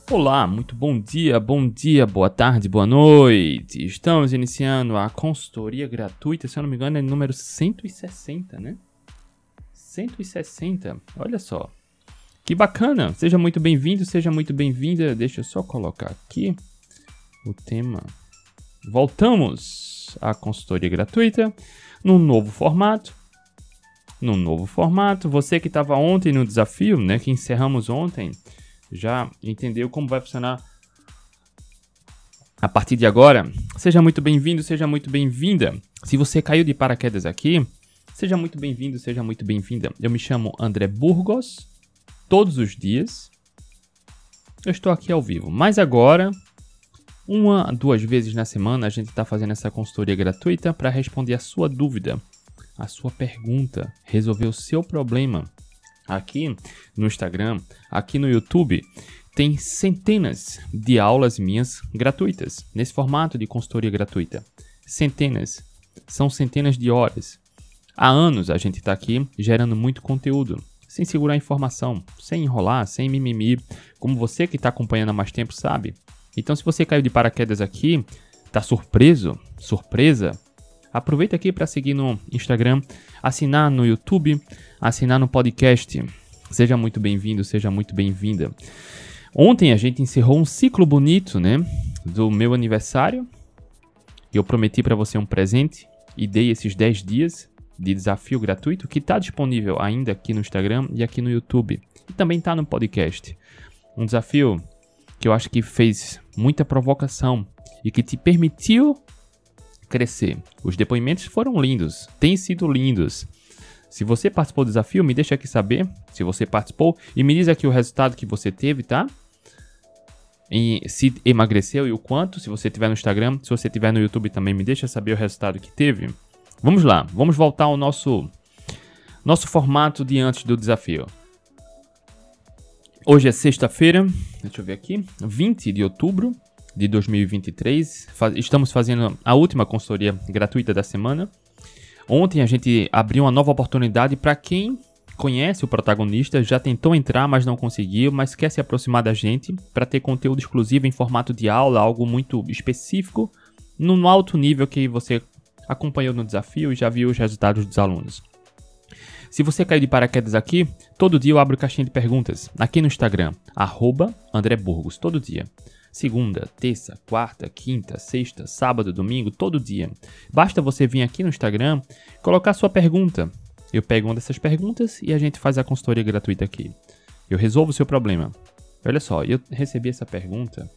Olá, muito bom dia, boa tarde, boa noite. Estamos iniciando a consultoria gratuita, se eu não me engano é número 160, né? 160, olha só. Que bacana, seja muito bem-vindo, seja muito bem-vinda. Deixa eu só colocar aqui o tema. Voltamos à consultoria gratuita, num novo formato. Você que estava ontem no desafio, né, que encerramos ontem, já entendeu como vai funcionar a partir de agora? Seja muito bem-vindo, seja muito bem-vinda. Se você caiu de paraquedas aqui, seja muito bem-vindo, seja muito bem-vinda. Eu me chamo André Burgos, todos os dias eu estou aqui ao vivo, mas agora, 2 vezes na semana, a gente está fazendo essa consultoria gratuita para responder a sua dúvida, a sua pergunta, resolver o seu problema. Aqui no Instagram, aqui no YouTube, tem centenas de aulas minhas gratuitas, nesse formato de consultoria gratuita. Centenas, são centenas de horas. Há anos a gente está aqui gerando muito conteúdo, sem segurar informação, sem enrolar, sem mimimi, como você que está acompanhando há mais tempo sabe. Então se você caiu de paraquedas aqui, está surpresa, aproveita aqui para seguir no Instagram, assinar no YouTube, assinar no podcast. Seja muito bem-vindo, seja muito bem-vinda. Ontem a gente encerrou um ciclo bonito, né, do meu aniversário. Eu prometi para você um presente e dei esses 10 dias de desafio gratuito que está disponível ainda aqui no Instagram e aqui no YouTube. E também está no podcast. Um desafio que eu acho que fez muita provocação e que te permitiu crescer. Os depoimentos foram lindos, têm sido lindos. Se você participou do desafio, me deixa aqui saber se você participou e me diz aqui o resultado que você teve, tá? E se emagreceu e o quanto, se você estiver no Instagram, se você estiver no YouTube também, me deixa saber o resultado que teve. Vamos lá, vamos voltar ao nosso formato de antes do desafio. Hoje é sexta-feira, deixa eu ver aqui, 20 de outubro de 2023, estamos fazendo a última consultoria gratuita da semana. Ontem a gente abriu uma nova oportunidade para quem conhece o protagonista, já tentou entrar, mas não conseguiu, mas quer se aproximar da gente para ter conteúdo exclusivo em formato de aula, algo muito específico, no alto nível que você acompanhou no desafio e já viu os resultados dos alunos. Se você caiu de paraquedas aqui, todo dia eu abro caixinha de perguntas, aqui no Instagram, @AndréBurgos, todo dia. Segunda, terça, quarta, quinta, sexta, sábado, domingo, todo dia. Basta você vir aqui no Instagram, colocar sua pergunta. Eu pego uma dessas perguntas e a gente faz a consultoria gratuita aqui. Eu resolvo o seu problema. Olha só, eu recebi essa pergunta.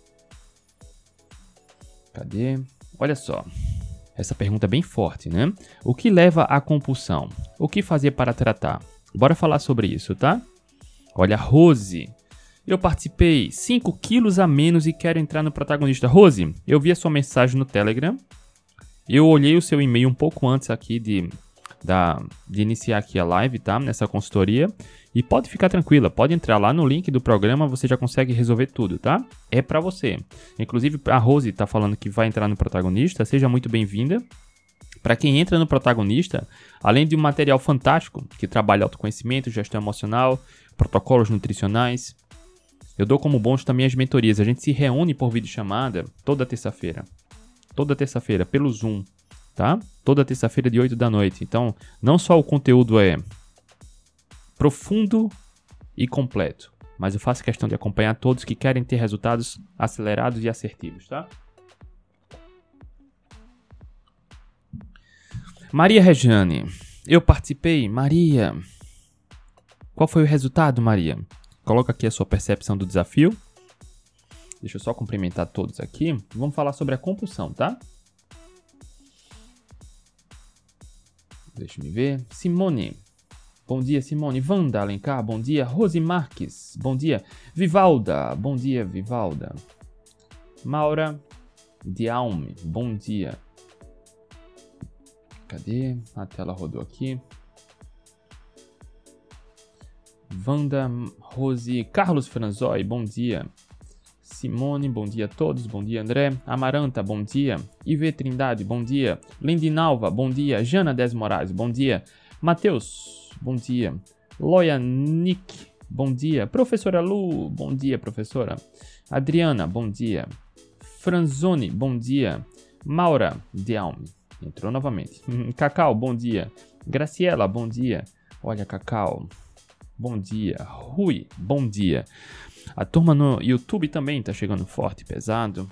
Cadê? Olha só. Essa pergunta é bem forte, né? O que leva à compulsão? O que fazer para tratar? Bora falar sobre isso, tá? Olha, Rose. Eu participei 5 quilos a menos e quero entrar no protagonista. Rose, eu vi a sua mensagem no Telegram. Eu olhei o seu e-mail um pouco antes aqui de iniciar aqui a live, tá? Nessa consultoria. E pode ficar tranquila, pode entrar lá no link do programa, você já consegue resolver tudo, tá? É pra você. Inclusive, a Rose tá falando que vai entrar no protagonista, seja muito bem-vinda. Para quem entra no protagonista, além de um material fantástico, que trabalha autoconhecimento, gestão emocional, protocolos nutricionais, eu dou como bônus também as mentorias. A gente se reúne por videochamada toda terça-feira. Toda terça-feira, pelo Zoom, tá? Toda terça-feira de 8 da noite. Então, não só o conteúdo é profundo e completo, mas eu faço questão de acompanhar todos que querem ter resultados acelerados e assertivos, tá? Maria Rejane, eu participei. Maria, qual foi o resultado, Maria? Coloca aqui a sua percepção do desafio. Deixa eu só cumprimentar todos aqui. Vamos falar sobre a compulsão, tá? Deixa eu ver. Simone. Bom dia, Simone. Wanda Alencar, bom dia. Rose Marques, bom dia. Vivalda, bom dia, Vivalda. Maura Dialme, bom dia. Cadê? A tela rodou aqui. Wanda, Rose, Carlos Franzói, bom dia. Simone, bom dia a todos, bom dia André. Amaranta, bom dia. Ive Trindade, bom dia. Lindinalva, bom dia. Jana Des Moraes, bom dia. Matheus, bom dia. Loia Nick, bom dia. Professora Lu, bom dia, professora. Adriana, bom dia. Franzoni, bom dia. Maura Delme, entrou novamente. Cacau, bom dia. Graciela, bom dia. Olha, Cacau, bom dia. Rui, bom dia. A turma no YouTube também tá chegando forte e pesado.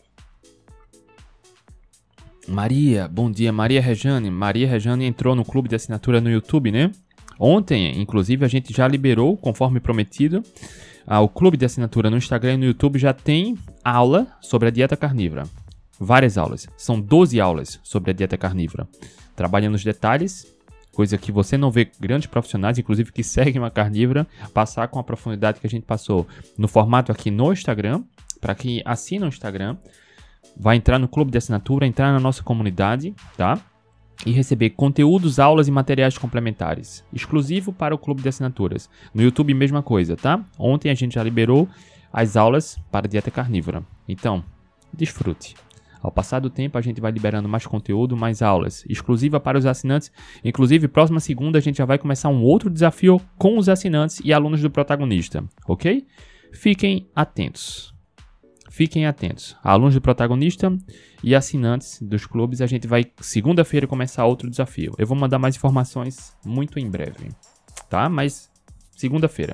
Maria, bom dia. Maria Rejane entrou no clube de assinatura no YouTube, né? Ontem, inclusive, a gente já liberou, conforme prometido, o clube de assinatura no Instagram e no YouTube já tem aula sobre a dieta carnívora. Várias aulas. São 12 aulas sobre a dieta carnívora. Trabalhando os detalhes, coisa que você não vê grandes profissionais, inclusive que seguem uma carnívora, passar com a profundidade que a gente passou no formato aqui no Instagram. Para quem assina o Instagram, vai entrar no clube de assinatura, entrar na nossa comunidade, tá? E receber conteúdos, aulas e materiais complementares, exclusivo para o clube de assinaturas. No YouTube, mesma coisa, tá? Ontem a gente já liberou as aulas para a dieta carnívora. Então, desfrute. Ao passar do tempo, a gente vai liberando mais conteúdo, mais aulas, exclusiva para os assinantes. Inclusive, próxima segunda, a gente já vai começar um outro desafio com os assinantes e alunos do protagonista, ok? Fiquem atentos. Fiquem atentos. Alunos do protagonista e assinantes dos clubes, a gente vai segunda-feira começar outro desafio. Eu vou mandar mais informações muito em breve, tá? Mas segunda-feira.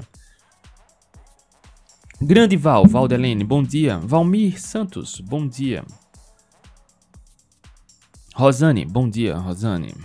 Grande Valdelene, bom dia. Valmir Santos, bom dia. Rosane, bom dia, Rosane.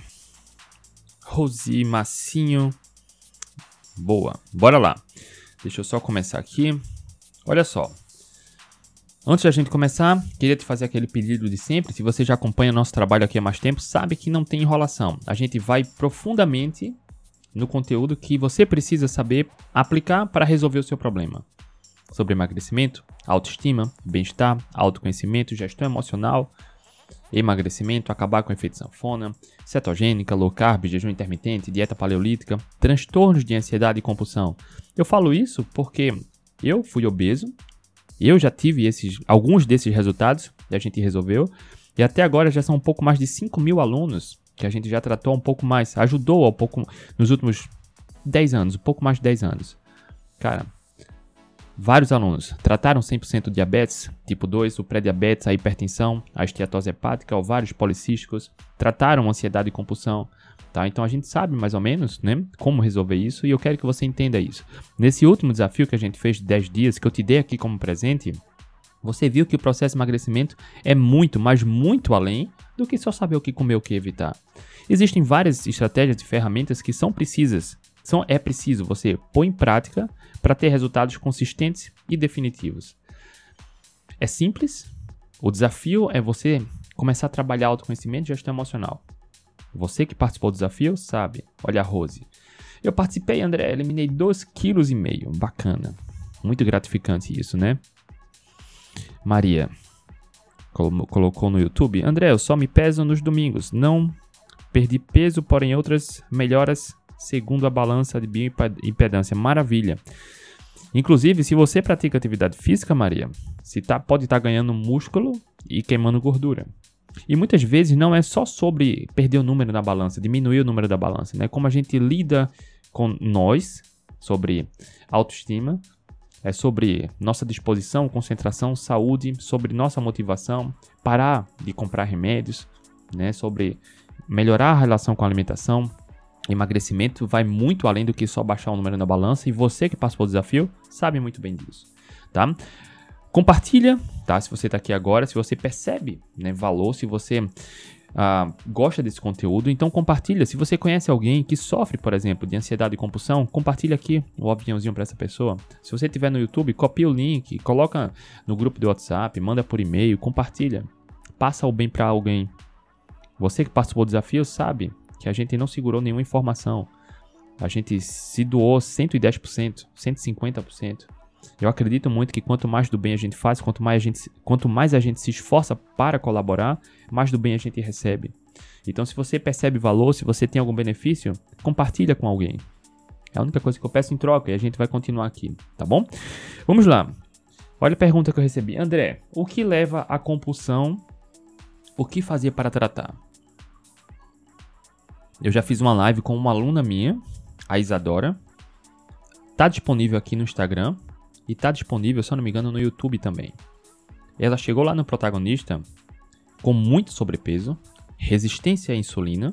Rosi Massinho, boa. Bora lá. Deixa eu só começar aqui. Olha só. Antes da gente começar, queria te fazer aquele pedido de sempre. Se você já acompanha nosso trabalho aqui há mais tempo, sabe que não tem enrolação. A gente vai profundamente no conteúdo que você precisa saber aplicar para resolver o seu problema. Sobre emagrecimento, autoestima, bem-estar, autoconhecimento, gestão emocional, emagrecimento, acabar com o efeito sanfona, cetogênica, low carb, jejum intermitente, dieta paleolítica, transtornos de ansiedade e compulsão. Eu falo isso porque eu fui obeso. Eu já tive alguns desses resultados e a gente resolveu. E até agora já são um pouco mais de 5.000 alunos que a gente já tratou um pouco mais, ajudou um pouco nos últimos 10 anos, um pouco mais de 10 anos. Cara, vários alunos trataram 100% diabetes, tipo 2, o pré-diabetes, a hipertensão, a esteatose hepática, ovários policísticos, trataram ansiedade e compulsão. Tá? Então a gente sabe mais ou menos, né, como resolver isso e eu quero que você entenda isso. Nesse último desafio que a gente fez de 10 dias, que eu te dei aqui como presente, você viu que o processo de emagrecimento é muito, mas muito além do que só saber o que comer, o que evitar. Existem várias estratégias e ferramentas que são precisas. É preciso você pôr em prática para ter resultados consistentes e definitivos. É simples. O desafio é você começar a trabalhar autoconhecimento e gestão emocional. Você que participou do desafio sabe. Olha a Rose. Eu participei, André, eliminei 2,5 kg. Bacana. Muito gratificante isso, né? Maria colocou no YouTube. André, eu só me peso nos domingos. Não perdi peso, porém outras melhoras segundo a balança de bioimpedância. Maravilha. Inclusive, se você pratica atividade física, Maria, pode estar ganhando músculo e queimando gordura. E muitas vezes não é só sobre perder o número na balança, diminuir o número da balança, né? Como a gente lida com nós, sobre autoestima, é sobre nossa disposição, concentração, saúde, sobre nossa motivação, parar de comprar remédios, né? Sobre melhorar a relação com a alimentação. Emagrecimento vai muito além do que só baixar o número na balança e você que participou do desafio sabe muito bem disso, tá? Compartilha, tá? Se você está aqui agora, se você percebe, né, valor, se você gosta desse conteúdo, então compartilha. Se você conhece alguém que sofre, por exemplo, de ansiedade e compulsão, compartilha aqui o aviãozinho para essa pessoa. Se você estiver no YouTube, copia o link, coloca no grupo do WhatsApp, manda por e-mail, compartilha. Passa o bem para alguém. Você que participou do desafio sabe que a gente não segurou nenhuma informação. A gente se doou 110%, 150%. Eu acredito muito que quanto mais do bem a gente faz, quanto mais a gente se esforça para colaborar, mais do bem a gente recebe. Então, se você percebe valor, se você tem algum benefício, compartilha com alguém. É a única coisa que eu peço em troca e a gente vai continuar aqui, tá bom? Vamos lá. Olha a pergunta que eu recebi. André, o que leva à compulsão? O que fazer para tratar? Eu já fiz uma live com uma aluna minha, a Isadora. Tá disponível aqui no Instagram e tá disponível, se eu não me engano, no YouTube também. Ela chegou lá no protagonista com muito sobrepeso, resistência à insulina,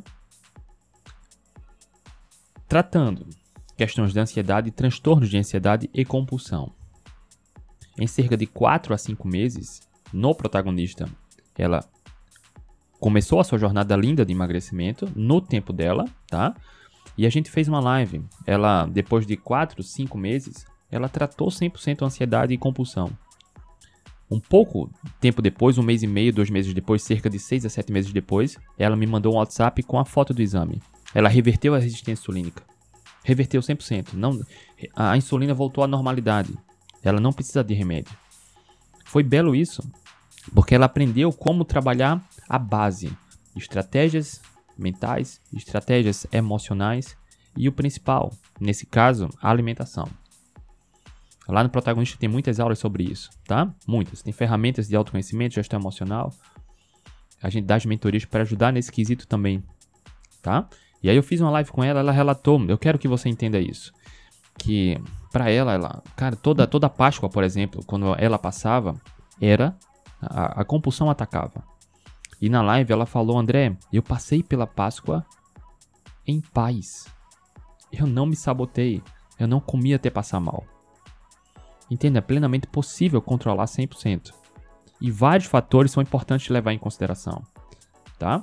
tratando questões de ansiedade, transtornos de ansiedade e compulsão. Em cerca de 4 a 5 meses, no protagonista, ela começou a sua jornada linda de emagrecimento no tempo dela, tá? E a gente fez uma live. Ela, depois de 4, 5 meses, ela tratou 100% ansiedade e compulsão. Um pouco tempo depois, 1 mês e meio, 2 meses depois, cerca de 6 a 7 meses depois, ela me mandou um WhatsApp com a foto do exame. Ela reverteu a resistência insulínica. Reverteu 100%. Não, a insulina voltou à normalidade. Ela não precisa de remédio. Foi belo isso, porque ela aprendeu como trabalhar a base. Estratégias mentais, estratégias emocionais e o principal, nesse caso, a alimentação. Lá no Protagonista tem muitas aulas sobre isso, tá? Muitas. Tem ferramentas de autoconhecimento, gestão emocional. A gente dá as mentorias para ajudar nesse quesito também, tá? E aí eu fiz uma live com ela, ela relatou, eu quero que você entenda isso, que para ela, cara, toda Páscoa, por exemplo, quando ela passava, a compulsão atacava. E na live ela falou, André, eu passei pela Páscoa em paz. Eu não me sabotei, eu não comi até passar mal. Entenda, é plenamente possível controlar 100%. E vários fatores são importantes de levar em consideração, tá?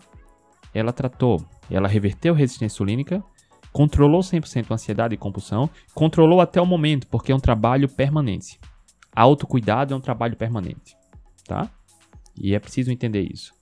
Ela reverteu a resistência insulínica, controlou 100% a ansiedade e compulsão, controlou até o momento, porque é um trabalho permanente. Autocuidado é um trabalho permanente, tá? E é preciso entender isso.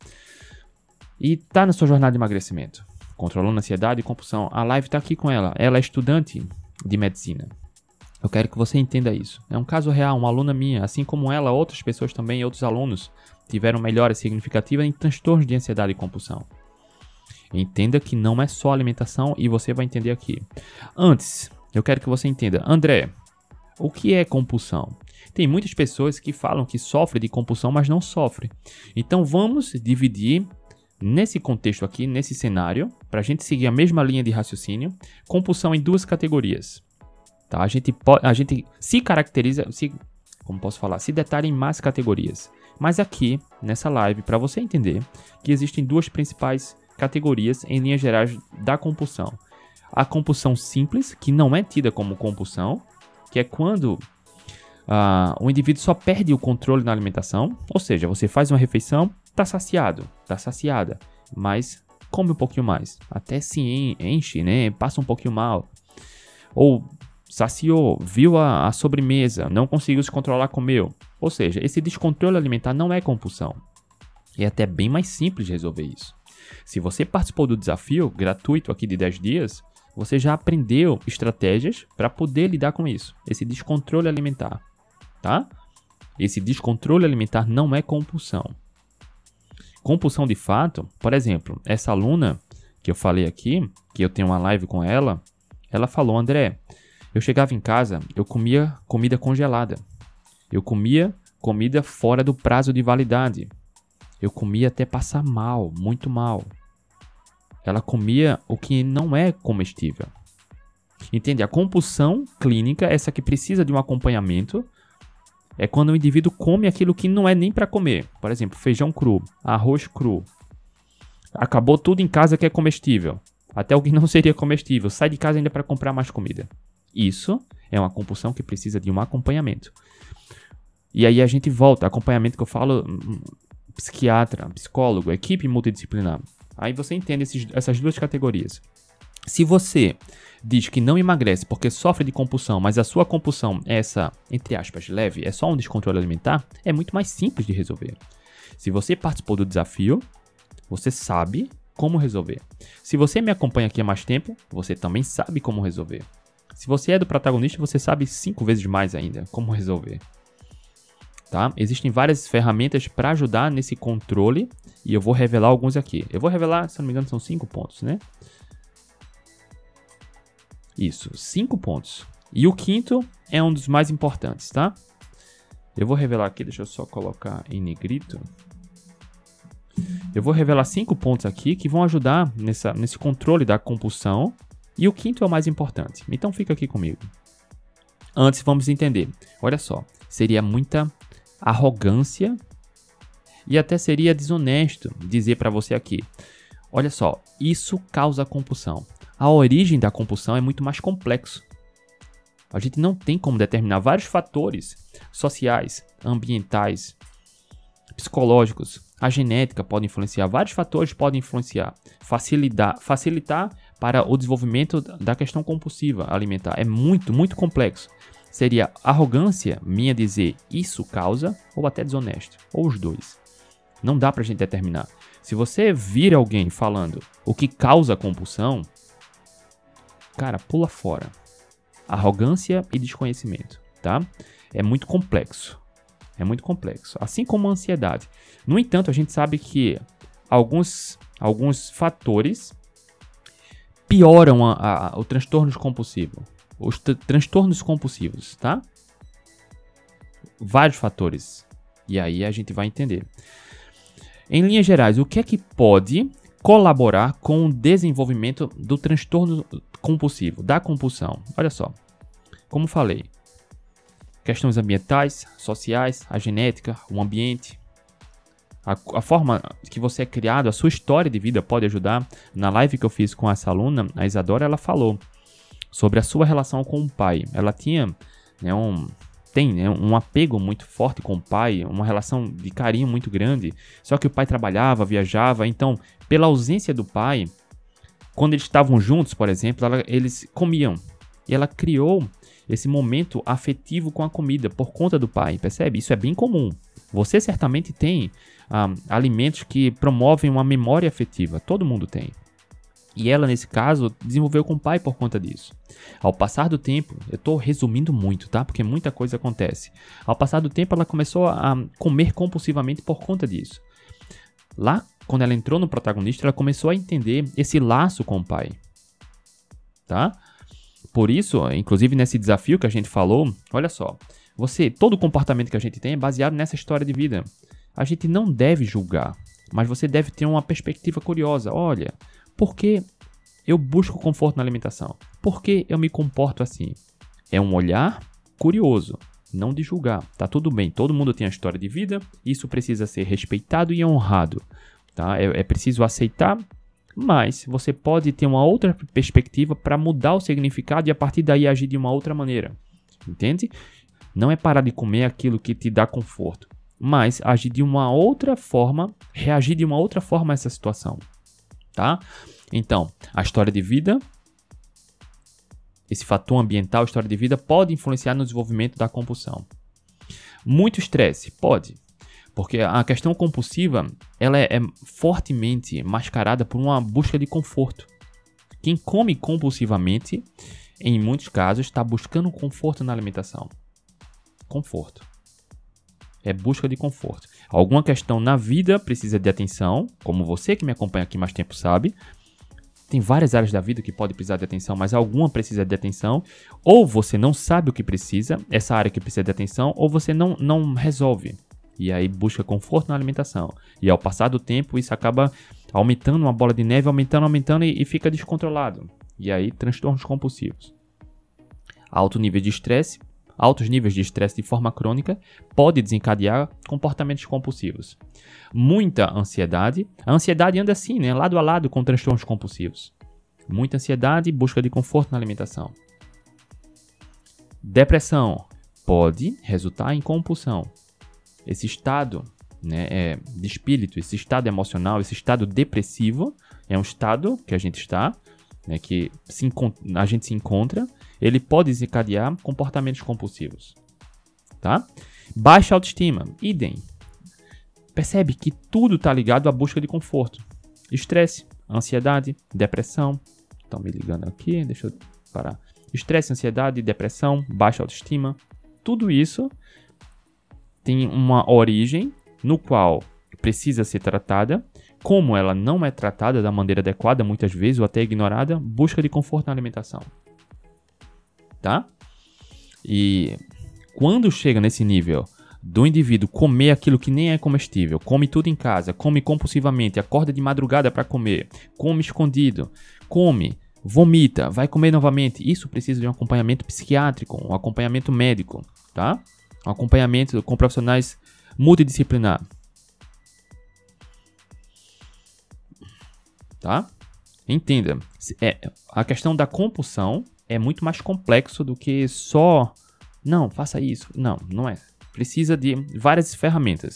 E tá na sua jornada de emagrecimento, controlando ansiedade e compulsão. A live tá aqui com ela. Ela é estudante de medicina. Eu quero que você entenda isso. É um caso real, uma aluna minha, assim como ela, outras pessoas também, outros alunos, tiveram melhora significativa em transtornos de ansiedade e compulsão. Entenda que não é só alimentação e você vai entender aqui. Antes, eu quero que você entenda. André, o que é compulsão? Tem muitas pessoas que falam que sofrem de compulsão, mas não sofrem. Então vamos dividir nesse contexto aqui, nesse cenário, para a gente seguir a mesma linha de raciocínio, compulsão em 2 categorias. Tá? A gente se caracteriza, se detalha em mais categorias. Mas aqui, nessa live, para você entender que existem 2 principais categorias em linhas gerais da compulsão. A compulsão simples, que não é tida como compulsão, que é quando o indivíduo só perde o controle na alimentação, ou seja, você faz uma refeição, está saciado, está saciada, mas come um pouquinho mais, até se enche, né? Passa um pouquinho mal. Ou saciou, viu a sobremesa, não conseguiu se controlar, comeu. Ou seja, esse descontrole alimentar não é compulsão. É até bem mais simples de resolver isso. Se você participou do desafio gratuito aqui de 10 dias, você já aprendeu estratégias para poder lidar com isso, esse descontrole alimentar, tá? Esse descontrole alimentar não é compulsão. Compulsão de fato, por exemplo, essa aluna que eu falei aqui, que eu tenho uma live com ela, ela falou, André, eu chegava em casa, eu comia comida congelada, eu comia comida fora do prazo de validade, eu comia até passar mal, muito mal. Ela comia o que não é comestível. Entende? A compulsão clínica, essa que precisa de um acompanhamento, é quando o indivíduo come aquilo que não é nem para comer. Por exemplo, feijão cru, arroz cru. Acabou tudo em casa que é comestível. Até o que não seria comestível. Sai de casa ainda para comprar mais comida. Isso é uma compulsão que precisa de um acompanhamento. E aí a gente volta. Acompanhamento que eu falo, psiquiatra, psicólogo, equipe multidisciplinar. Aí você entende essas 2 categorias. Se você diz que não emagrece porque sofre de compulsão, mas a sua compulsão é essa, entre aspas, leve, é só um descontrole alimentar, é muito mais simples de resolver. Se você participou do desafio, você sabe como resolver. Se você me acompanha aqui há mais tempo, você também sabe como resolver. Se você é do protagonista, você sabe 5 vezes mais ainda como resolver. Tá? Existem várias ferramentas para ajudar nesse controle e eu vou revelar alguns aqui. Eu vou revelar, se não me engano, são 5 pontos, né? Isso, 5 pontos. E o 5º é um dos mais importantes, tá? Eu vou revelar aqui, deixa eu só colocar em negrito. Eu vou revelar 5 pontos aqui que vão ajudar nesse controle da compulsão. E o 5º é o mais importante. Então fica aqui comigo. Antes, vamos entender. Olha só, seria muita arrogância e até seria desonesto dizer para você aqui. Olha só, isso causa compulsão. A origem da compulsão é muito mais complexo. A gente não tem como determinar vários fatores sociais, ambientais, psicológicos. A genética pode influenciar, vários fatores podem influenciar, facilitar para o desenvolvimento da questão compulsiva alimentar. É muito, muito complexo. Seria arrogância minha dizer isso causa ou até desonesto, ou os dois. Não dá pra gente determinar. Se você vir alguém falando o que causa compulsão, cara, pula fora. Arrogância e desconhecimento, tá? É muito complexo. É muito complexo. Assim como a ansiedade. No entanto, a gente sabe que alguns fatores pioram o transtorno compulsivo. Os transtornos compulsivos, tá? Vários fatores. E aí a gente vai entender. Em linhas gerais, o que é que pode colaborar com o desenvolvimento do transtorno compulsivo, da compulsão? Olha só, como falei, questões ambientais, sociais, a genética, o ambiente, a forma que você é criado, a sua história de vida pode ajudar. Na live que eu fiz com essa aluna, a Isadora, ela falou sobre a sua relação com o pai. Ela tinha um apego muito forte com o pai, uma relação de carinho muito grande, só que o pai trabalhava, viajava, então, pela ausência do pai, quando eles estavam juntos, por exemplo, eles comiam, e ela criou esse momento afetivo com a comida por conta do pai, percebe? Isso é bem comum. Você certamente tem alimentos que promovem uma memória afetiva, todo mundo tem. E ela, nesse caso, desenvolveu com o pai por conta disso. Ao passar do tempo, eu estou resumindo muito, tá? Porque muita coisa acontece. Ao passar do tempo, ela começou a comer compulsivamente por conta disso. Lá, quando ela entrou no protagonista, ela começou a entender esse laço com o pai. Tá? Por isso, inclusive nesse desafio que a gente falou, olha só. Todo o comportamento que a gente tem é baseado nessa história de vida. A gente não deve julgar, mas você deve ter uma perspectiva curiosa. Olha, por que eu busco conforto na alimentação? Por que eu me comporto assim? É um olhar curioso, não de julgar. Tá tudo bem, todo mundo tem a história de vida, isso precisa ser respeitado e honrado. Tá? É preciso aceitar, mas você pode ter uma outra perspectiva para mudar o significado e a partir daí agir de uma outra maneira. Entende? Não é parar de comer aquilo que te dá conforto, mas agir de uma outra forma, reagir de uma outra forma a essa situação. Tá? Então, a história de vida, esse fator ambiental, a história de vida, pode influenciar no desenvolvimento da compulsão. Muito estresse? Pode. Porque a questão compulsiva, ela é fortemente mascarada por uma busca de conforto. Quem come compulsivamente, em muitos casos, está buscando conforto na alimentação. Conforto. É busca de conforto. Alguma questão na vida precisa de atenção, como você que me acompanha aqui mais tempo sabe. Tem várias áreas da vida que pode precisar de atenção, mas alguma precisa de atenção. Ou você não sabe o que precisa, essa área que precisa de atenção, ou você não resolve. E aí busca conforto na alimentação. E ao passar do tempo, isso acaba aumentando uma bola de neve, aumentando e fica descontrolado. E aí, transtornos compulsivos. Altos níveis de estresse de forma crônica pode desencadear comportamentos compulsivos. Muita ansiedade. A ansiedade anda assim, né? Lado a lado com transtornos compulsivos. Muita ansiedade e busca de conforto na alimentação. Depressão pode resultar em compulsão. Esse estado, né, de espírito, esse estado emocional, esse estado depressivo, é um estado que a gente está, né, que a gente se encontra, ele pode desencadear comportamentos compulsivos. Tá? Baixa autoestima, idem. Percebe que tudo está ligado à busca de conforto. Estresse, ansiedade, depressão. Estão me ligando aqui, deixa eu parar. Estresse, ansiedade, depressão, baixa autoestima. Tudo isso tem uma origem no qual precisa ser tratada. Como ela não é tratada da maneira adequada, muitas vezes, ou até ignorada, busca de conforto na alimentação. Tá? E quando chega nesse nível do indivíduo comer aquilo que nem é comestível, come tudo em casa, come compulsivamente, acorda de madrugada para comer, come escondido, come vomita, vai comer novamente. Isso precisa de um acompanhamento psiquiátrico, um acompanhamento médico, tá? Um acompanhamento com profissionais multidisciplinar. Tá? Entenda, a questão da compulsão é muito mais complexo do que só, não, faça isso. Não, não é. Precisa de várias ferramentas.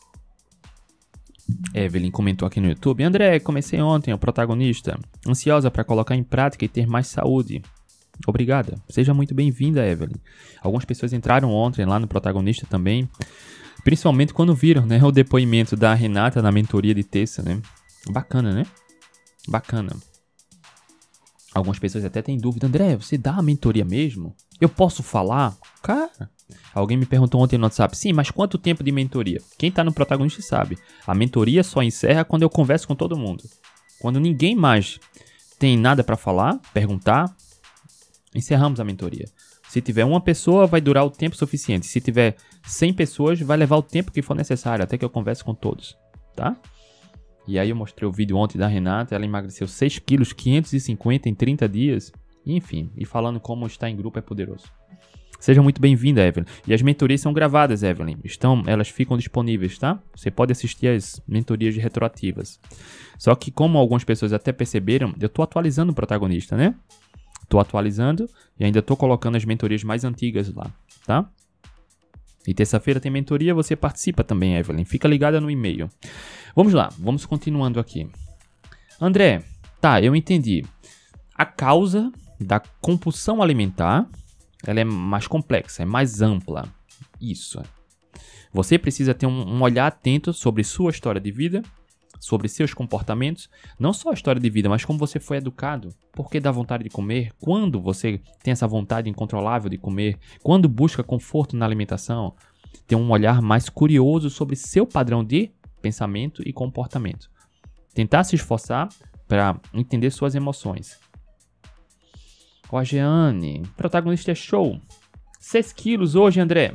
Evelyn comentou aqui no YouTube: André, comecei ontem, o protagonista, ansiosa para colocar em prática e ter mais saúde. Obrigada. Seja muito bem-vinda, Evelyn. Algumas pessoas entraram ontem lá no protagonista também, principalmente quando viram, né, o depoimento da Renata na mentoria de terça, né? Bacana, né? Bacana. Algumas pessoas até têm dúvida: André, você dá a mentoria mesmo? Eu posso falar? Cara, alguém me perguntou ontem no WhatsApp: sim, mas quanto tempo de mentoria? Quem tá no protagonista sabe. A mentoria só encerra quando eu converso com todo mundo. Quando ninguém mais tem nada para falar, perguntar, encerramos a mentoria. Se tiver uma pessoa, vai durar o tempo suficiente. Se tiver 100 pessoas, vai levar o tempo que for necessário, até que eu converse com todos, tá? E aí eu mostrei o vídeo ontem da Renata, ela emagreceu 6 quilos, 550 em 30 dias. Enfim, e falando como estar em grupo é poderoso. Seja muito bem-vinda, Evelyn. E as mentorias são gravadas, Evelyn. Elas ficam disponíveis, tá? Você pode assistir as mentorias retroativas. Só que como algumas pessoas até perceberam, eu tô atualizando o protagonista, né? Tô atualizando e ainda tô colocando as mentorias mais antigas lá, tá? E terça-feira tem mentoria, você participa também, Evelyn. Fica ligada no e-mail. Vamos lá, vamos continuando aqui. André, tá, eu entendi. A causa da compulsão alimentar, ela é mais complexa, é mais ampla. Isso. Você precisa ter um olhar atento sobre sua história de vida, sobre seus comportamentos, não só a história de vida, mas como você foi educado, por que dá vontade de comer, quando você tem essa vontade incontrolável de comer, quando busca conforto na alimentação, ter um olhar mais curioso sobre seu padrão de pensamento e comportamento. Tentar se esforçar para entender suas emoções. Ó, Jeane, protagonista é show. 6 quilos hoje, André.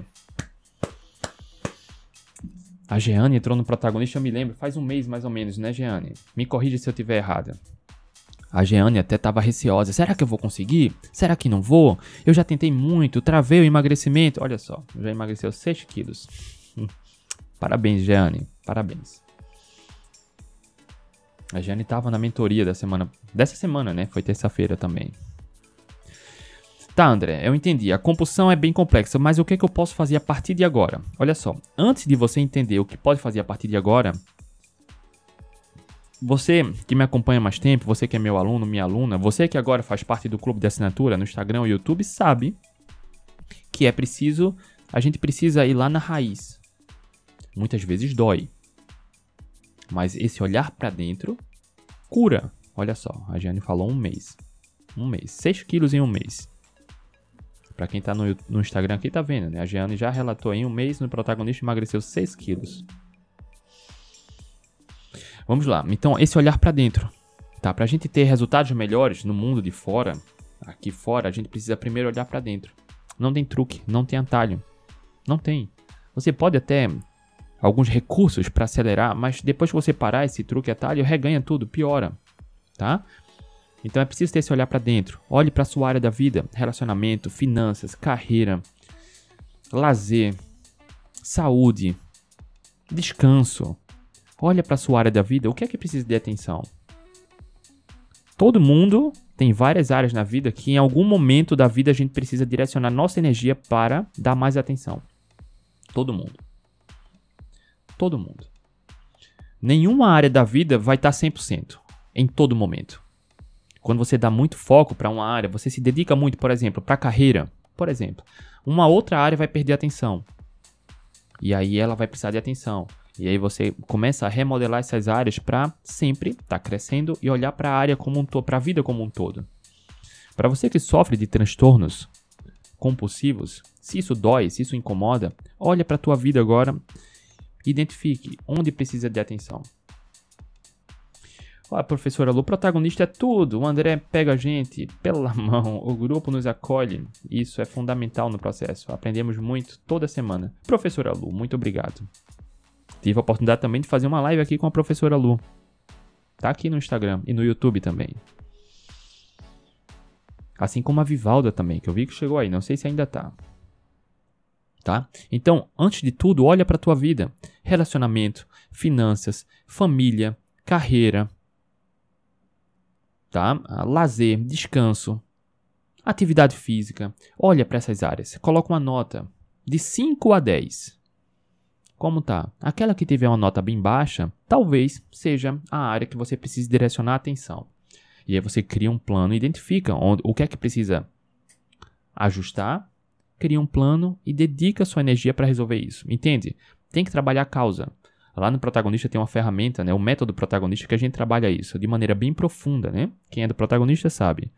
A Jeane entrou no protagonista, eu me lembro, faz um mês mais ou menos, né, Jeane? Me corrija se eu estiver errada. A Jeane até estava receosa. Será que eu vou conseguir? Será que não vou? Eu já tentei muito, travei o emagrecimento. Olha só, já emagreceu 6 quilos. Parabéns, Jeane. Parabéns. A Jeane estava na mentoria dessa semana, né? Foi terça-feira também. Tá, André, eu entendi. A compulsão é bem complexa, mas o que é que eu posso fazer a partir de agora? Olha só, antes de você entender o que pode fazer a partir de agora, você que me acompanha há mais tempo, você que é meu aluno, minha aluna, você que agora faz parte do clube de assinatura no Instagram e YouTube, sabe que a gente precisa ir lá na raiz. Muitas vezes dói, mas esse olhar pra dentro cura. Olha só, a Jane falou um mês. 6 quilos em um mês. Pra quem tá no Instagram aqui tá vendo, né? A Jeane já relatou em um mês no protagonista emagreceu 6 quilos. Vamos lá. Então, esse olhar pra dentro. Tá? Pra gente ter resultados melhores no mundo de fora, aqui fora, a gente precisa primeiro olhar pra dentro. Não tem truque, não tem atalho. Não tem. Você pode até alguns recursos pra acelerar, mas depois que você parar esse truque e atalho, reganha tudo, piora. Tá? Então é preciso ter esse olhar para dentro. Olhe para a sua área da vida, relacionamento, finanças, carreira, lazer, saúde, descanso. Olha para a sua área da vida, o que é que precisa de atenção? Todo mundo tem várias áreas na vida que em algum momento da vida a gente precisa direcionar nossa energia para dar mais atenção. Todo mundo. Todo mundo. Nenhuma área da vida vai estar 100% em todo momento. Quando você dá muito foco para uma área, você se dedica muito, por exemplo, para a carreira, por exemplo, uma outra área vai perder atenção. E aí ela vai precisar de atenção. E aí você começa a remodelar essas áreas para sempre estar crescendo e olhar para a área como um todo, para a vida como um todo. Para você que sofre de transtornos compulsivos, se isso dói, se isso incomoda, olha para a tua vida agora, identifique onde precisa de atenção. Olha, professora Lu, o protagonista é tudo. O André pega a gente pela mão, o grupo nos acolhe. Isso é fundamental no processo. Aprendemos muito toda semana. Professora Lu, muito obrigado. Tive a oportunidade também de fazer uma live aqui com a professora Lu. Tá aqui no Instagram e no YouTube também. Assim como a Vivalda também, que eu vi que chegou aí, não sei se ainda tá. Tá? Então, antes de tudo, olha para a tua vida. Relacionamento, finanças, família, carreira, tá? Lazer, descanso, atividade física. Olha para essas áreas. Coloca uma nota de 5 a 10. Como tá? Aquela que tiver uma nota bem baixa, talvez seja a área que você precise direcionar a atenção. E aí você cria um plano, identifica o que é que precisa ajustar, cria um plano e dedica sua energia para resolver isso. Entende? Tem que trabalhar a causa. Lá no Protagonista tem uma ferramenta, né? O método Protagonista, que a gente trabalha isso de maneira bem profunda, né? Quem é do Protagonista sabe.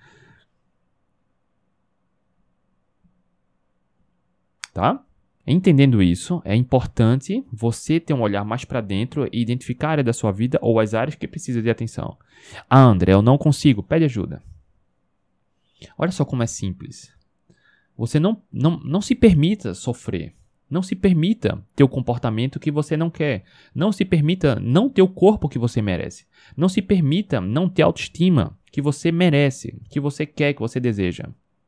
Tá? Entendendo isso, é importante você ter um olhar mais para dentro e identificar a área da sua vida ou as áreas que precisa de atenção. Ah, André, eu não consigo. Pede ajuda. Olha só como é simples. Você não se permita sofrer. Não se permita ter o comportamento que você não quer. Não se permita não ter o corpo que você merece. Não se permita não ter a autoestima que você merece, que você quer, que você deseja.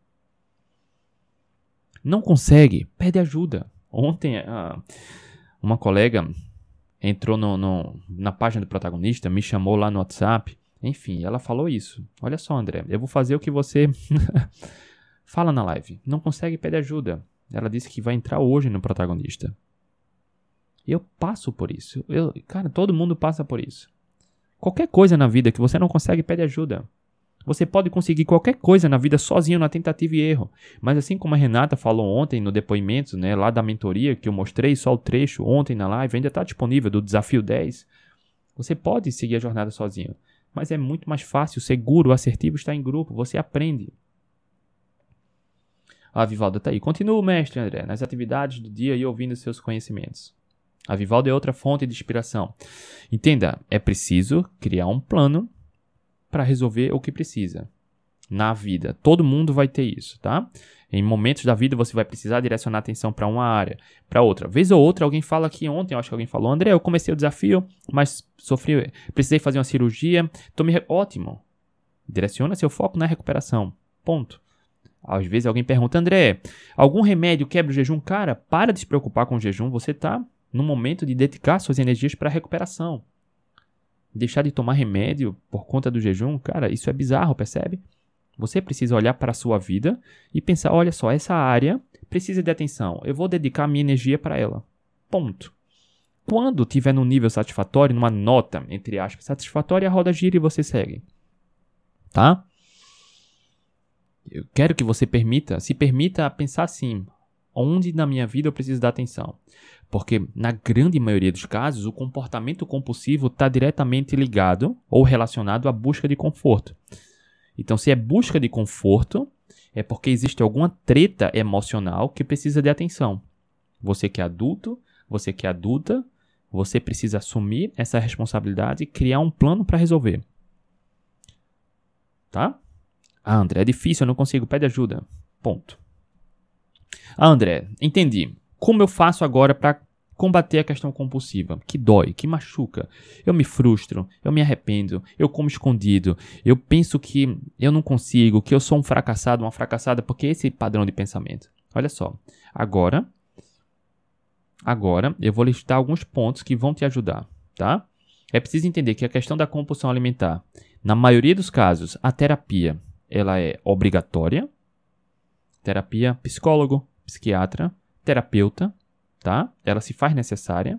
Não consegue? Pede ajuda. Ontem, uma colega entrou na página do Protagonista, me chamou lá no WhatsApp. Enfim, ela falou isso. Olha só, André, eu vou fazer o que você fala na live. Não consegue? Pede ajuda. Ela disse que vai entrar hoje no Protagonista. Eu passo por isso. Cara, todo mundo passa por isso. Qualquer coisa na vida que você não consegue, pede ajuda. Você pode conseguir qualquer coisa na vida sozinho, na tentativa e erro. Mas assim como a Renata falou ontem no depoimento, né, lá da mentoria, que eu mostrei só o trecho ontem na live, ainda está disponível, do Desafio 10. Você pode seguir a jornada sozinho. Mas é muito mais fácil, seguro, assertivo estar em grupo. Você aprende. A Vivalda está aí. Continua, mestre André, nas atividades do dia e ouvindo seus conhecimentos. A Vivalda é outra fonte de inspiração. Entenda, é preciso criar um plano para resolver o que precisa na vida. Todo mundo vai ter isso, tá? Em momentos da vida você vai precisar direcionar atenção para uma área, para outra. Vez ou outra alguém fala aqui ontem, eu acho que alguém falou, André, eu comecei o desafio, mas precisei fazer uma cirurgia, ótimo. Direciona seu foco na recuperação. Ponto. Às vezes alguém pergunta, André, algum remédio quebra o jejum? Cara, para de se preocupar com o jejum, você está no momento de dedicar suas energias para a recuperação. Deixar de tomar remédio por conta do jejum, cara, isso é bizarro, percebe? Você precisa olhar para a sua vida e pensar, olha só, essa área precisa de atenção, eu vou dedicar minha energia para ela. Ponto. Quando tiver num nível satisfatório, numa nota, entre aspas, satisfatória, a roda gira e você segue. Tá? Eu quero que você se permita pensar assim, onde na minha vida eu preciso dar atenção? Porque na grande maioria dos casos, o comportamento compulsivo está diretamente ligado ou relacionado à busca de conforto. Então, se é busca de conforto, é porque existe alguma treta emocional que precisa de atenção. Você que é adulto, você que é adulta, você precisa assumir essa responsabilidade e criar um plano para resolver. Tá? Ah, André, é difícil, eu não consigo, pede ajuda. Ponto. Ah, André, entendi. Como eu faço agora para combater a questão compulsiva? Que dói, que machuca. Eu me frustro, eu me arrependo, eu como escondido, eu penso que eu não consigo, que eu sou um fracassado, uma fracassada, porque esse padrão de pensamento. Olha só, agora eu vou listar alguns pontos que vão te ajudar, tá? É preciso entender que a questão da compulsão alimentar, na maioria dos casos, a terapia, ela é obrigatória. Terapia, psicólogo, psiquiatra, terapeuta, tá? Ela se faz necessária.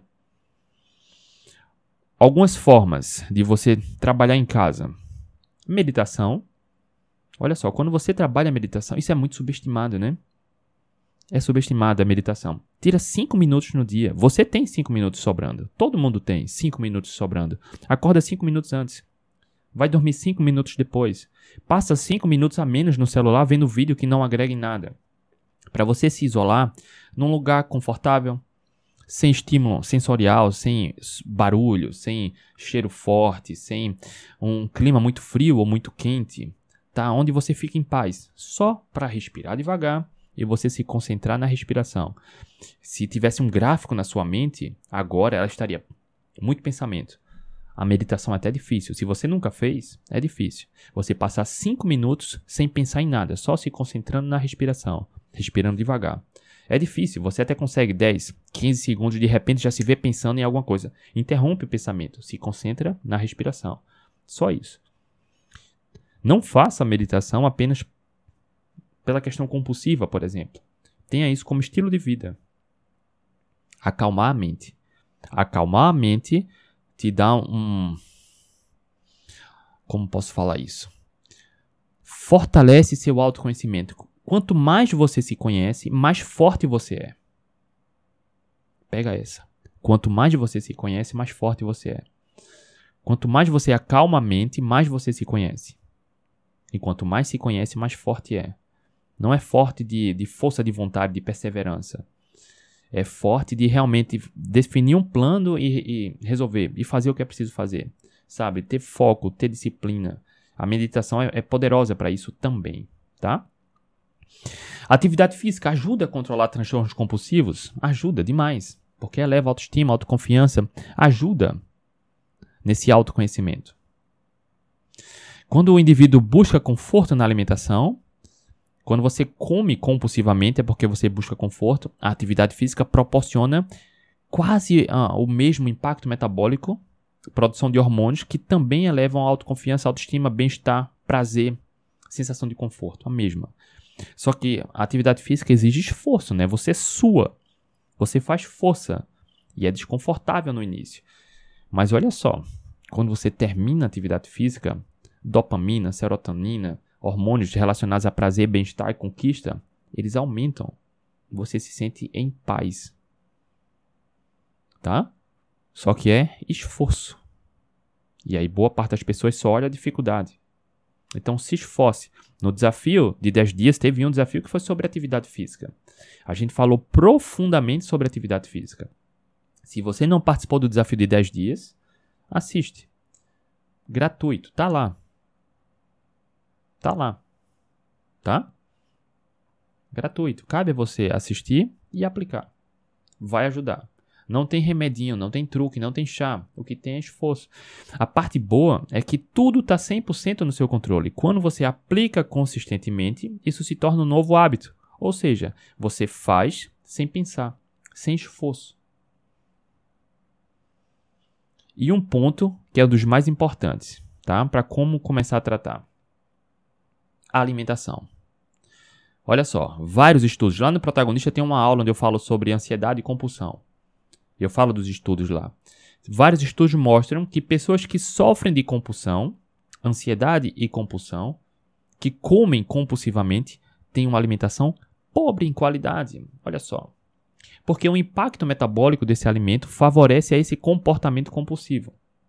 Algumas formas de você trabalhar em casa. Meditação. Olha só, quando você trabalha a meditação, isso é muito subestimado, né? É subestimada a meditação. Tira 5 minutos no dia. Você tem 5 minutos sobrando. Todo mundo tem 5 minutos sobrando. Acorda 5 minutos antes. Vai dormir 5 minutos depois. Passa 5 minutos a menos no celular vendo vídeo que não agrega em nada. Para você se isolar num lugar confortável, sem estímulo sensorial, sem barulho, sem cheiro forte, sem um clima muito frio ou muito quente, tá? Onde você fica em paz, só para respirar devagar e você se concentrar na respiração. Se tivesse um gráfico na sua mente, agora ela estaria muito pensamento. A meditação é até difícil. Se você nunca fez, é difícil. Você passar 5 minutos sem pensar em nada, só se concentrando na respiração, respirando devagar. É difícil, você até consegue 10, 15 segundos, de repente já se vê pensando em alguma coisa. Interrompe o pensamento, se concentra na respiração. Só isso. Não faça a meditação apenas pela questão compulsiva, por exemplo. Tenha isso como estilo de vida. Acalmar a mente. Acalmar a mente te dá Como posso falar isso? Fortalece seu autoconhecimento. Quanto mais você se conhece, mais forte você é. Pega essa. Quanto mais você se conhece, mais forte você é. Quanto mais você acalma a mente, mais você se conhece. E quanto mais se conhece, mais forte é. Não é forte de força de vontade, de perseverança. É forte de realmente definir um plano e resolver. E fazer o que é preciso fazer. Sabe? Ter foco, ter disciplina. A meditação é poderosa para isso também. Tá? Atividade física ajuda a controlar transtornos compulsivos? Ajuda demais. Porque eleva a autoestima, a autoconfiança. Ajuda nesse autoconhecimento. Quando o indivíduo busca conforto na alimentação, quando você come compulsivamente é porque você busca conforto, a atividade física proporciona quase o mesmo impacto metabólico, produção de hormônios que também elevam a autoconfiança, a autoestima, bem-estar, prazer, sensação de conforto, a mesma. Só que a atividade física exige esforço, né? Você sua, você faz força e é desconfortável no início. Mas olha só, quando você termina a atividade física, dopamina, serotonina, hormônios relacionados a prazer, bem-estar e conquista, eles aumentam. Você se sente em paz. Tá? Só que é esforço. E aí boa parte das pessoas só olha a dificuldade. Então se esforce. No desafio de 10 dias, teve um desafio que foi sobre atividade física. A gente falou profundamente sobre atividade física. Se você não participou do desafio de 10 dias, assiste. Gratuito. Tá lá. Tá lá. Tá? Gratuito. Cabe a você assistir e aplicar. Vai ajudar. Não tem remedinho, não tem truque, não tem chá. O que tem é esforço. A parte boa é que tudo está 100% no seu controle. Quando você aplica consistentemente, isso se torna um novo hábito. Ou seja, você faz sem pensar, sem esforço. E um ponto que é um dos mais importantes, tá? Para como começar a tratar. A alimentação. Olha só, vários estudos. Lá no Protagonista tem uma aula onde eu falo sobre ansiedade e compulsão. Eu falo dos estudos lá. Vários estudos mostram que pessoas que sofrem de compulsão, ansiedade e compulsão, que comem compulsivamente, têm uma alimentação pobre em qualidade. Olha só. Porque o impacto metabólico desse alimento favorece a esse comportamento compulsivo.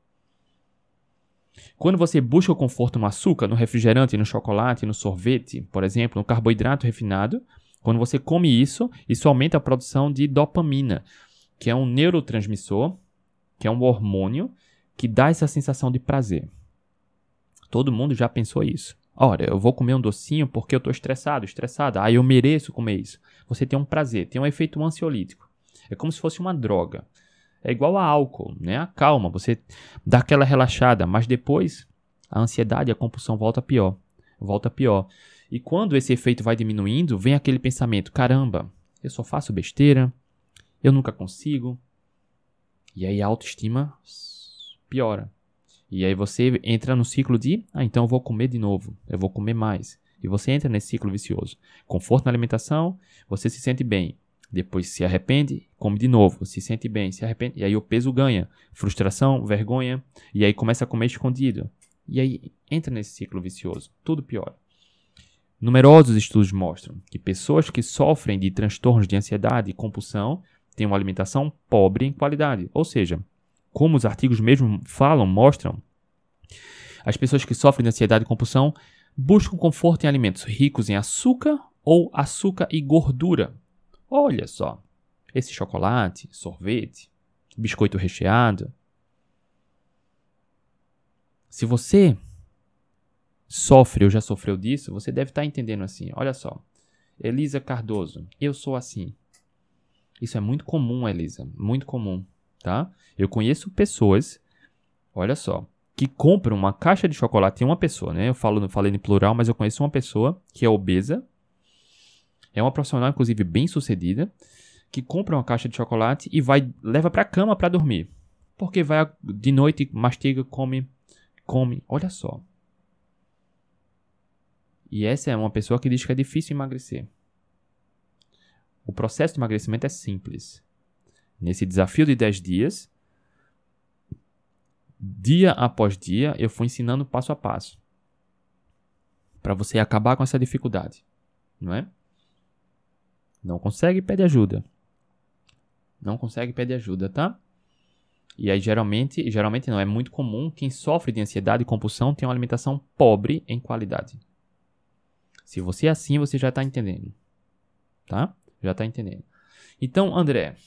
Quando você busca o conforto no açúcar, no refrigerante, no chocolate, no sorvete, por exemplo, no carboidrato refinado, quando você come isso, isso aumenta a produção de dopamina, que é um neurotransmissor, que é um hormônio que dá essa sensação de prazer. Todo mundo já pensou isso. Ora, eu vou comer um docinho porque eu estou estressada. Ah, eu mereço comer isso. Você tem um prazer, tem um efeito ansiolítico. É como se fosse uma droga. É igual a álcool, né? Acalma, você dá aquela relaxada, mas depois a ansiedade e a compulsão volta pior. E quando esse efeito vai diminuindo, vem aquele pensamento, caramba, eu só faço besteira, eu nunca consigo. E aí a autoestima piora. E aí você entra no ciclo de, então eu vou comer de novo, eu vou comer mais. E você entra nesse ciclo vicioso. Conforto na alimentação, você se sente bem. Depois se arrepende, come de novo, se sente bem, se arrepende, e aí o peso ganha, frustração, vergonha, e aí começa a comer escondido. E aí entra nesse ciclo vicioso, tudo piora. Numerosos estudos mostram que pessoas que sofrem de transtornos de ansiedade e compulsão têm uma alimentação pobre em qualidade. Ou seja, como os artigos mesmo mostram, as pessoas que sofrem de ansiedade e compulsão buscam conforto em alimentos ricos em açúcar ou açúcar e gordura. Olha só, esse chocolate, sorvete, biscoito recheado. Se você sofre ou já sofreu disso, você deve estar entendendo assim. Olha só, Elisa Cardoso, eu sou assim. Isso é muito comum, Elisa, muito comum, tá? Eu conheço pessoas olha só, que compra uma caixa de chocolate, tem uma pessoa, né? Falei em plural, mas eu conheço uma pessoa que é obesa, é uma profissional, inclusive, bem sucedida, que compra uma caixa de chocolate e leva para a cama para dormir. Porque vai de noite, mastiga, come, olha só. E essa é uma pessoa que diz que é difícil emagrecer. O processo de emagrecimento é simples. Nesse desafio de 10 dias, dia após dia, eu fui ensinando passo a passo. Para você acabar com essa dificuldade. Não é? Não consegue, pede ajuda. Não consegue, pede ajuda, tá? E aí, geralmente não, é muito comum, quem sofre de ansiedade e compulsão tem uma alimentação pobre em qualidade. Se você é assim, você já está entendendo. Tá? Já está entendendo. Então, André,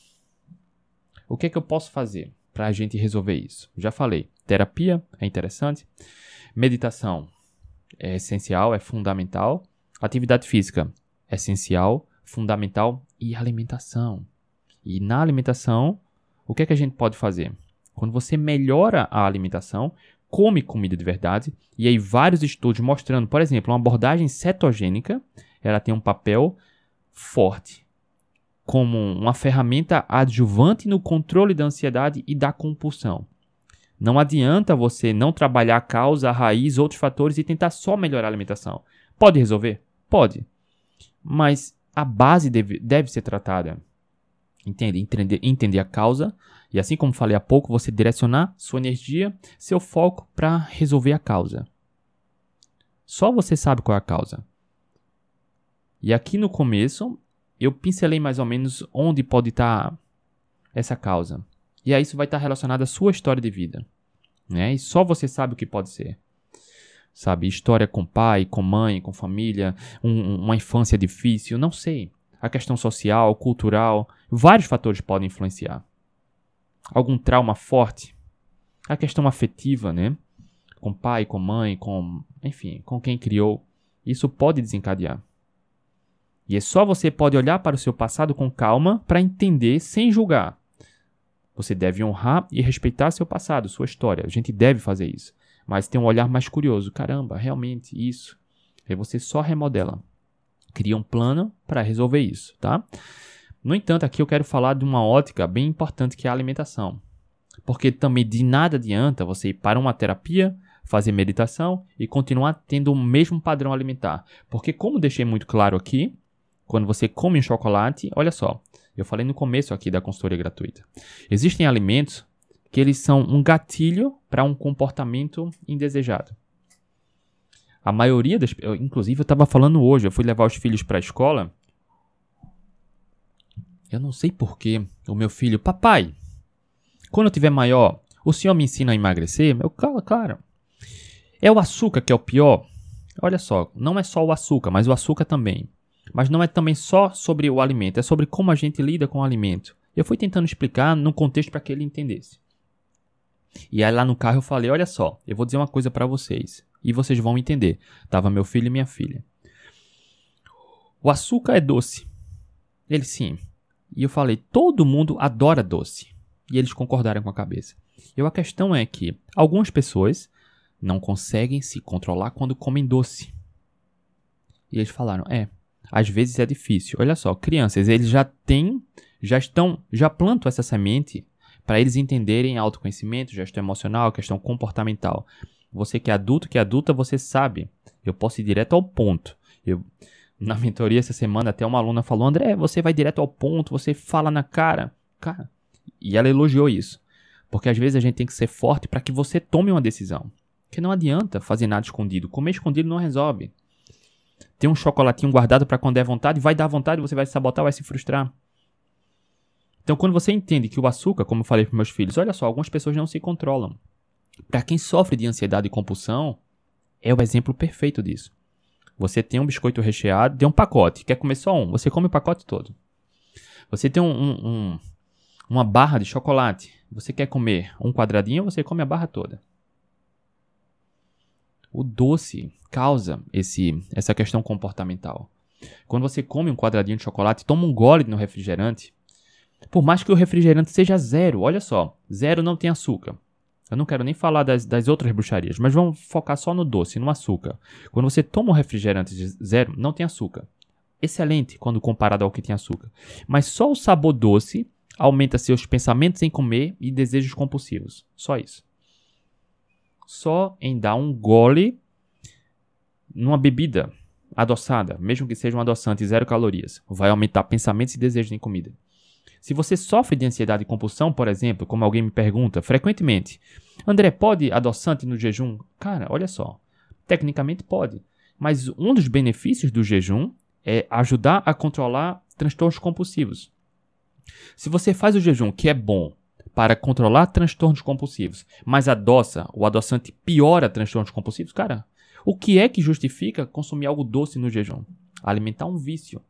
o que é que eu posso fazer para a gente resolver isso? Já falei, terapia é interessante, meditação é essencial, é fundamental, atividade física é essencial, fundamental e alimentação. E na alimentação, o que é que a gente pode fazer? Quando você melhora a alimentação, come comida de verdade, e aí vários estudos mostrando, por exemplo, uma abordagem cetogênica, ela tem um papel forte como uma ferramenta adjuvante no controle da ansiedade e da compulsão. Não adianta você não trabalhar a causa, a raiz, outros fatores e tentar só melhorar a alimentação. Pode resolver? Pode. Mas a base deve ser tratada. Entender a causa e, assim como falei há pouco, você direcionar sua energia, seu foco para resolver a causa. Só você sabe qual é a causa. E aqui no começo, eu pincelei mais ou menos onde pode estar essa causa. E aí isso vai estar relacionado à sua história de vida. Né? E só você sabe o que pode ser. Sabe, história com pai, com mãe, com família, uma infância difícil, não sei. A questão social, cultural, vários fatores podem influenciar. Algum trauma forte. A questão afetiva, né? Com pai, com mãe, enfim, com quem criou. Isso pode desencadear. E é só você pode olhar para o seu passado com calma para entender sem julgar. Você deve honrar e respeitar seu passado, sua história. A gente deve fazer isso. Mas tem um olhar mais curioso. Caramba, realmente isso. Aí você só remodela. Cria um plano para resolver isso, tá? No entanto, aqui eu quero falar de uma ótica bem importante que é a alimentação. Porque também de nada adianta você ir para uma terapia, fazer meditação e continuar tendo o mesmo padrão alimentar. Porque como deixei muito claro aqui, quando você come um chocolate, olha só, eu falei no começo aqui da consultoria gratuita. Existem alimentos que eles são um gatilho para um comportamento indesejado. A maioria das... Inclusive, eu estava falando hoje, eu fui levar os filhos para a escola. Eu não sei porquê. O meu filho, papai, quando eu tiver maior, o senhor me ensina a emagrecer? Eu, claro. É o açúcar que é o pior? Olha só, não é só o açúcar, mas o açúcar também. Mas não é também só sobre o alimento, é sobre como a gente lida com o alimento. Eu fui tentando explicar no contexto para que ele entendesse. E aí lá no carro eu falei, olha só, eu vou dizer uma coisa para vocês. E vocês vão entender. Tava meu filho e minha filha. O açúcar é doce. Ele sim. E eu falei, todo mundo adora doce. E eles concordaram com a cabeça. E a questão é que algumas pessoas não conseguem se controlar quando comem doce. E eles falaram, às vezes é difícil. Olha só, crianças, eles já plantam essa semente para eles entenderem autoconhecimento, gestão emocional, questão comportamental. Você que é adulto, que é adulta, você sabe. Eu posso ir direto ao ponto. Na mentoria essa semana até uma aluna falou, André, você vai direto ao ponto, você fala na cara. Cara, e ela elogiou isso. Porque às vezes a gente tem que ser forte para que você tome uma decisão. Porque não adianta fazer nada escondido. Comer escondido não resolve. Tem um chocolatinho guardado para quando der vontade, vai dar vontade, você vai se sabotar, vai se frustrar. Então quando você entende que o açúcar, como eu falei para meus filhos, olha só, algumas pessoas não se controlam. Para quem sofre de ansiedade e compulsão, é o exemplo perfeito disso. Você tem um biscoito recheado, tem um pacote, quer comer só um, você come o pacote todo. Você tem uma barra de chocolate, você quer comer um quadradinho, você come a barra toda. O doce causa essa questão comportamental. Quando você come um quadradinho de chocolate, toma um gole no refrigerante, por mais que o refrigerante seja zero, olha só, zero não tem açúcar. Eu não quero nem falar das outras bruxarias, mas vamos focar só no doce, no açúcar. Quando você toma um refrigerante de zero, não tem açúcar. Excelente quando comparado ao que tem açúcar. Mas só o sabor doce aumenta seus pensamentos em comer e desejos compulsivos. Só isso. Só em dar um gole numa bebida adoçada, mesmo que seja um adoçante 0 calorias, vai aumentar pensamentos e desejos em comida. Se você sofre de ansiedade e compulsão, por exemplo, como alguém me pergunta frequentemente, André, pode adoçante no jejum? Cara, olha só, tecnicamente pode, mas um dos benefícios do jejum é ajudar a controlar transtornos compulsivos. Se você faz o jejum, que é bom para controlar transtornos compulsivos, mas o adoçante piora transtornos compulsivos, cara, o que é que justifica consumir algo doce no jejum? Alimentar um vício.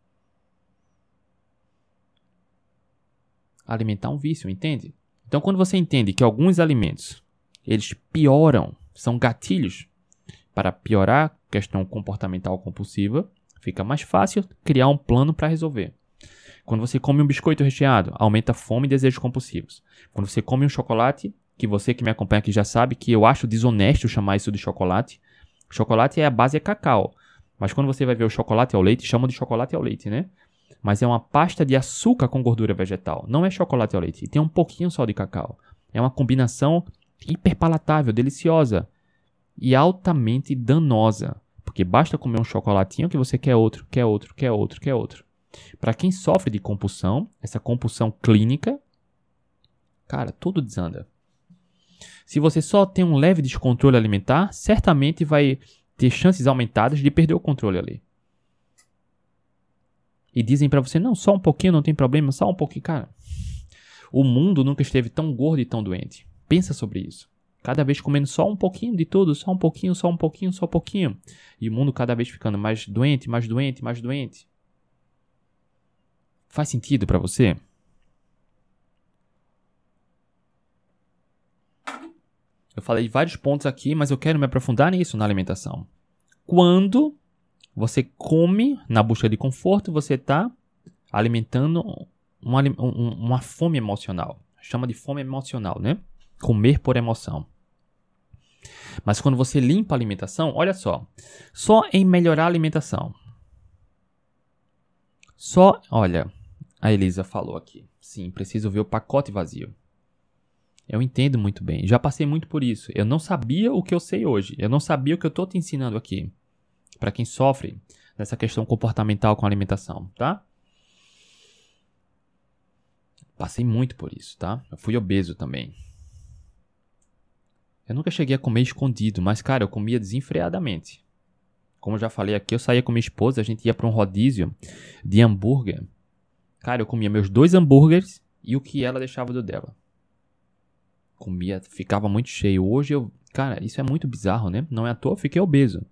Alimentar um vício, entende? Então, quando você entende que alguns alimentos, eles pioram, são gatilhos para piorar a questão comportamental compulsiva, fica mais fácil criar um plano para resolver. Quando você come um biscoito recheado, aumenta a fome e desejos compulsivos. Quando você come um chocolate, que você que me acompanha aqui já sabe que eu acho desonesto chamar isso de chocolate. Chocolate a base é cacau. Mas quando você vai ver o chocolate ao leite, chamam de chocolate ao leite, né? Mas é uma pasta de açúcar com gordura vegetal. Não é chocolate ao leite. E tem um pouquinho só de cacau. É uma combinação hiperpalatável, deliciosa e altamente danosa. Porque basta comer um chocolatinho que você quer outro, quer outro, quer outro, quer outro. Para quem sofre de compulsão, essa compulsão clínica, cara, tudo desanda. Se você só tem um leve descontrole alimentar, certamente vai ter chances aumentadas de perder o controle ali. E dizem pra você, não, só um pouquinho, não tem problema, só um pouquinho. Cara, o mundo nunca esteve tão gordo e tão doente. Pensa sobre isso. Cada vez comendo só um pouquinho de tudo, só um pouquinho, só um pouquinho, só um pouquinho. E o mundo cada vez ficando mais doente, mais doente, mais doente. Faz sentido pra você? Eu falei vários pontos aqui, mas eu quero me aprofundar nisso na alimentação. Quando você come na busca de conforto, você está alimentando uma fome emocional. Chama de fome emocional, né? Comer por emoção. Mas quando você limpa a alimentação, olha só em melhorar a alimentação. Olha, a Elisa falou aqui. Sim, preciso ver o pacote vazio. Eu entendo muito bem. Já passei muito por isso. Eu não sabia o que eu sei hoje. Eu não sabia o que eu estou te ensinando aqui. Para quem sofre dessa questão comportamental com a alimentação, tá? Passei muito por isso, tá? Eu fui obeso também. Eu nunca cheguei a comer escondido, mas, cara, eu comia desenfreadamente. Como eu já falei aqui, eu saía com minha esposa, a gente ia para um rodízio de hambúrguer. Cara, eu comia meus 2 hambúrgueres e o que ela deixava do dela. Comia, ficava muito cheio. Hoje cara, isso é muito bizarro, né? Não é à toa, eu fiquei obeso.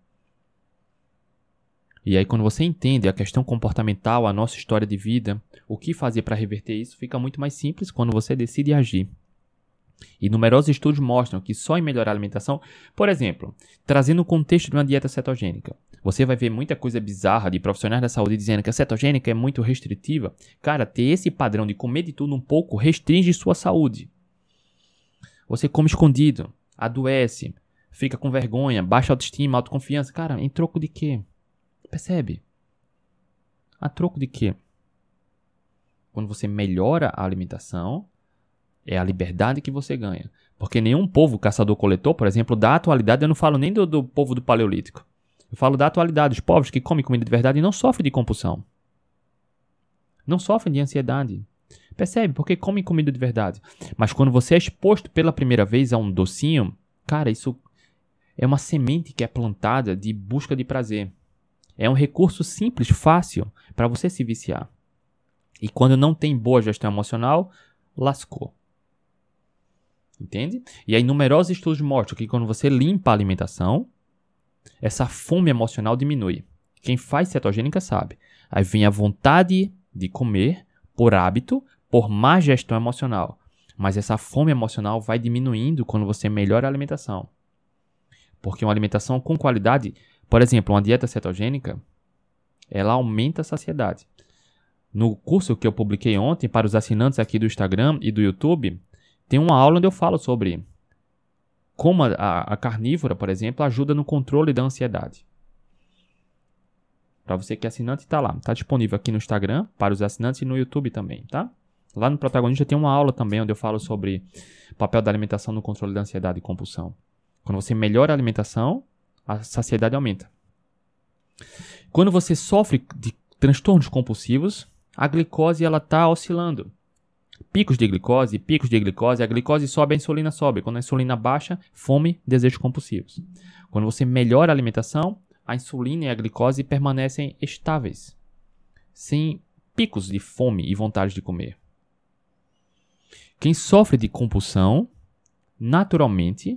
E aí, quando você entende a questão comportamental, a nossa história de vida, o que fazer para reverter isso, fica muito mais simples quando você decide agir. E numerosos estudos mostram que só em melhorar a alimentação, por exemplo, trazendo o contexto de uma dieta cetogênica, você vai ver muita coisa bizarra de profissionais da saúde dizendo que a cetogênica é muito restritiva. Cara, ter esse padrão de comer de tudo um pouco restringe sua saúde. Você come escondido, adoece, fica com vergonha, baixa autoestima, autoconfiança. Cara, em troco de quê? Percebe? A troco de quê? Quando você melhora a alimentação, é a liberdade que você ganha. Porque nenhum povo caçador-coletor, por exemplo, da atualidade, eu não falo nem do povo do Paleolítico. Eu falo da atualidade. Os povos que comem comida de verdade não sofrem de compulsão. Não sofrem de ansiedade. Percebe? Porque comem comida de verdade. Mas quando você é exposto pela primeira vez a um docinho, cara, isso é uma semente que é plantada de busca de prazer. É um recurso simples, fácil, para você se viciar. E quando não tem boa gestão emocional, lascou. Entende? E aí numerosos estudos mostram que quando você limpa a alimentação, essa fome emocional diminui. Quem faz cetogênica sabe. Aí vem a vontade de comer por hábito, por má gestão emocional. Mas essa fome emocional vai diminuindo quando você melhora a alimentação. Porque uma alimentação com qualidade, por exemplo, uma dieta cetogênica, ela aumenta a saciedade. No curso que eu publiquei ontem para os assinantes aqui do Instagram e do YouTube, tem uma aula onde eu falo sobre como a carnívora, por exemplo, ajuda no controle da ansiedade. Para você que é assinante, está lá. Está disponível aqui no Instagram, para os assinantes, e no YouTube também, tá? Lá no Protagonista tem uma aula também, onde eu falo sobre o papel da alimentação no controle da ansiedade e compulsão. Quando você melhora a alimentação, a saciedade aumenta. Quando você sofre de transtornos compulsivos, a glicose está oscilando. Picos de glicose, a glicose sobe, a insulina sobe. Quando a insulina baixa, fome, desejos compulsivos. Quando você melhora a alimentação, a insulina e a glicose permanecem estáveis, sem picos de fome e vontade de comer. Quem sofre de compulsão, naturalmente,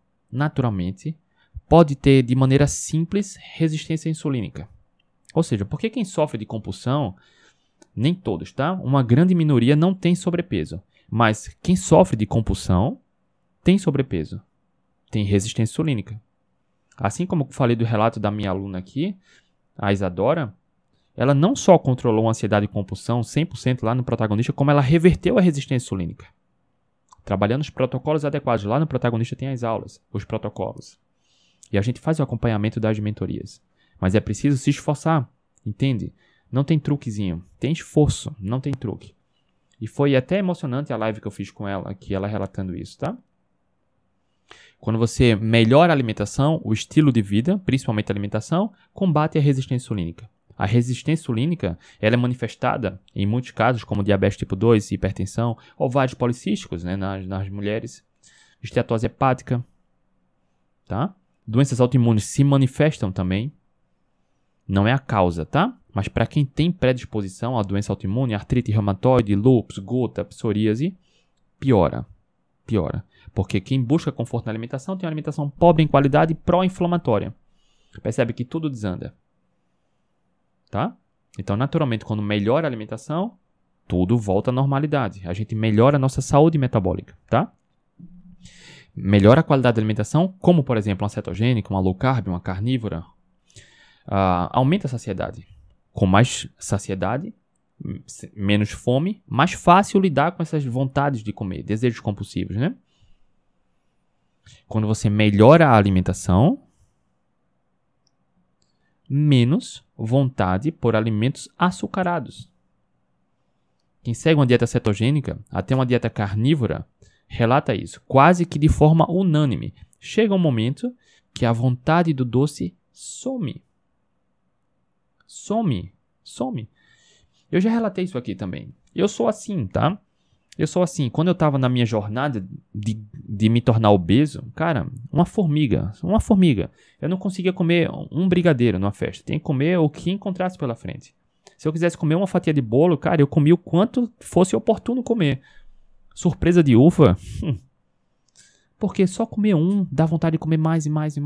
pode ter de maneira simples resistência insulínica. Ou seja, porque quem sofre de compulsão, nem todos, tá? Uma grande minoria não tem sobrepeso. Mas quem sofre de compulsão tem sobrepeso, tem resistência insulínica. Assim como eu falei do relato da minha aluna aqui, a Isadora, ela não só controlou a ansiedade e compulsão 100% lá no Protagonista, como ela reverteu a resistência insulínica. Trabalhando os protocolos adequados. Lá no Protagonista tem as aulas, os protocolos. E a gente faz o acompanhamento das mentorias. Mas é preciso se esforçar, entende? Não tem truquezinho, tem esforço, não tem truque. E foi até emocionante a live que eu fiz com ela, aqui, ela relatando isso, tá? Quando você melhora a alimentação, o estilo de vida, principalmente a alimentação, combate a resistência insulínica. A resistência insulínica ela é manifestada em muitos casos, como diabetes tipo 2, hipertensão, ovários policísticos, né, nas mulheres, esteatose hepática, tá? Doenças autoimunes se manifestam também. Não é a causa, tá? Mas para quem tem predisposição à doença autoimune, artrite reumatoide, lúpus, gota, psoríase, piora. Porque quem busca conforto na alimentação tem uma alimentação pobre em qualidade e pró-inflamatória. Percebe que tudo desanda. Tá? Então, naturalmente, quando melhora a alimentação, tudo volta à normalidade. A gente melhora a nossa saúde metabólica, tá? Melhora a qualidade da alimentação, como, por exemplo, uma cetogênica, uma low carb, uma carnívora. Aumenta a saciedade. Com mais saciedade, menos fome, mais fácil lidar com essas vontades de comer, desejos compulsivos, né? Quando você melhora a alimentação, menos vontade por alimentos açucarados. Quem segue uma dieta cetogênica, até uma dieta carnívora, relata isso, quase que de forma unânime. Chega um momento que a vontade do doce some. Some. Eu já relatei isso aqui também. Eu sou assim, tá? Eu sou assim. Quando eu estava na minha jornada de me tornar obeso, cara, uma formiga. Eu não conseguia comer um brigadeiro numa festa. Tinha que comer o que encontrasse pela frente. Se eu quisesse comer uma fatia de bolo, cara, eu comia o quanto fosse oportuno comer. Surpresa de uva. Porque só comer um dá vontade de comer mais e mais.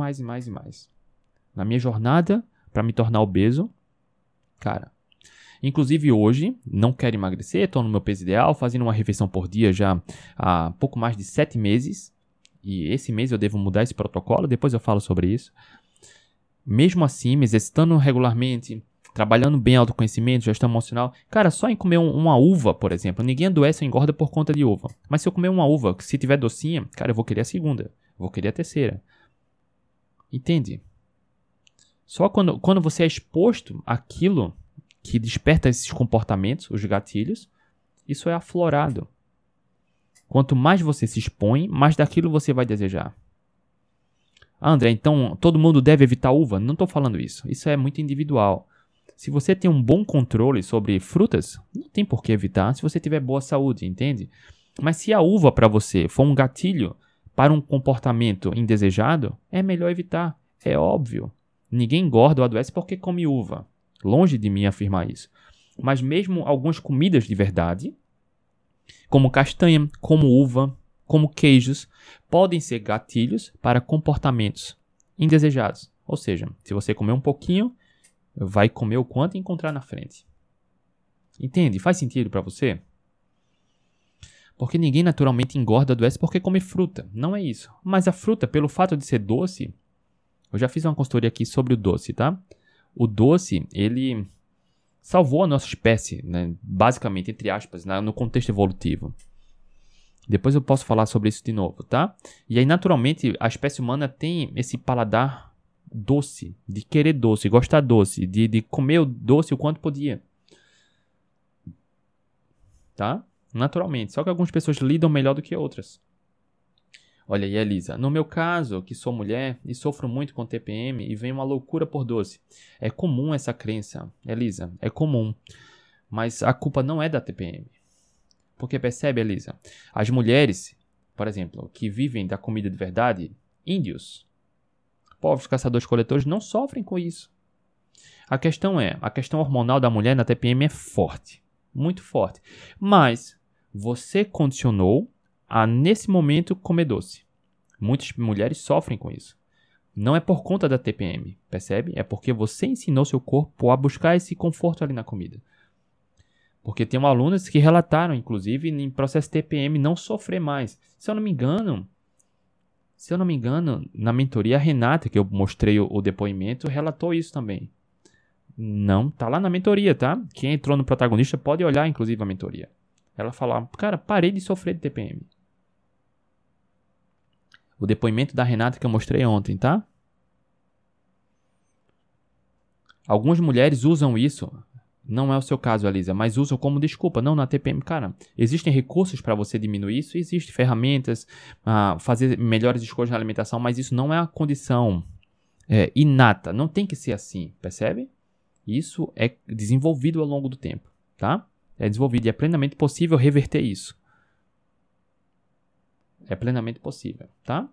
Na minha jornada para me tornar obeso, cara, inclusive hoje, não quero emagrecer, estou no meu peso ideal, fazendo uma refeição por dia já há pouco mais de 7 meses. E esse mês eu devo mudar esse protocolo, depois eu falo sobre isso. Mesmo assim, me exercitando regularmente, trabalhando bem autoconhecimento, gestão emocional. Cara, só em comer uma uva, por exemplo, ninguém adoece ou engorda por conta de uva. Mas se eu comer uma uva, se tiver docinha, cara, eu vou querer a segunda, vou querer a terceira. Entende? Só quando você é exposto àquilo que desperta esses comportamentos, os gatilhos, isso é aflorado. Quanto mais você se expõe, mais daquilo você vai desejar. André, então todo mundo deve evitar uva? Não estou falando isso. Isso é muito individual. Se você tem um bom controle sobre frutas, não tem por que evitar se você tiver boa saúde, entende? Mas se a uva para você for um gatilho para um comportamento indesejado, é melhor evitar. É óbvio. Ninguém engorda ou adoece porque come uva. Longe de mim afirmar isso. Mas mesmo algumas comidas de verdade, como castanha, como uva, como queijos, podem ser gatilhos para comportamentos indesejados. Ou seja, se você comer um pouquinho, vai comer o quanto encontrar na frente. Entende? Faz sentido para você? Porque ninguém naturalmente engorda ou adoece porque come fruta. Não é isso. Mas a fruta, pelo fato de ser doce, eu já fiz uma consultoria aqui sobre o doce, tá? O doce, ele salvou a nossa espécie, né? Basicamente, entre aspas, no contexto evolutivo. Depois eu posso falar sobre isso de novo, tá? E aí, naturalmente, a espécie humana tem esse paladar doce, de querer doce, gostar doce, de comer o doce o quanto podia. Tá? Naturalmente. Só que algumas pessoas lidam melhor do que outras. Olha aí, Elisa. No meu caso, que sou mulher e sofro muito com TPM e vem uma loucura por doce. É comum essa crença, Elisa. É comum. Mas a culpa não é da TPM. Porque percebe, Elisa? As mulheres, por exemplo, que vivem da comida de verdade, índios, povos caçadores-coletores, não sofrem com isso. A questão hormonal da mulher na TPM é forte. Muito forte. Mas você condicionou a, nesse momento, comer doce. Muitas mulheres sofrem com isso. Não é por conta da TPM, percebe? É porque você ensinou seu corpo a buscar esse conforto ali na comida. Porque tem alunas que relataram, inclusive, em processo TPM não sofrer mais. Se eu não me engano, na mentoria, a Renata, que eu mostrei o depoimento, relatou isso também. Não, tá lá na mentoria, tá? Quem entrou no protagonista pode olhar, inclusive, a mentoria. Ela fala, cara, parei de sofrer de TPM. O depoimento da Renata que eu mostrei ontem, tá? Algumas mulheres usam isso, não é o seu caso, Elisa, mas usam como desculpa. Não, na TPM, cara, existem recursos para você diminuir isso, existem ferramentas, fazer melhores escolhas na alimentação, mas isso não é a condição inata, não tem que ser assim, percebe? Isso é desenvolvido ao longo do tempo, tá? É desenvolvido e é plenamente possível reverter isso. É plenamente possível, tá?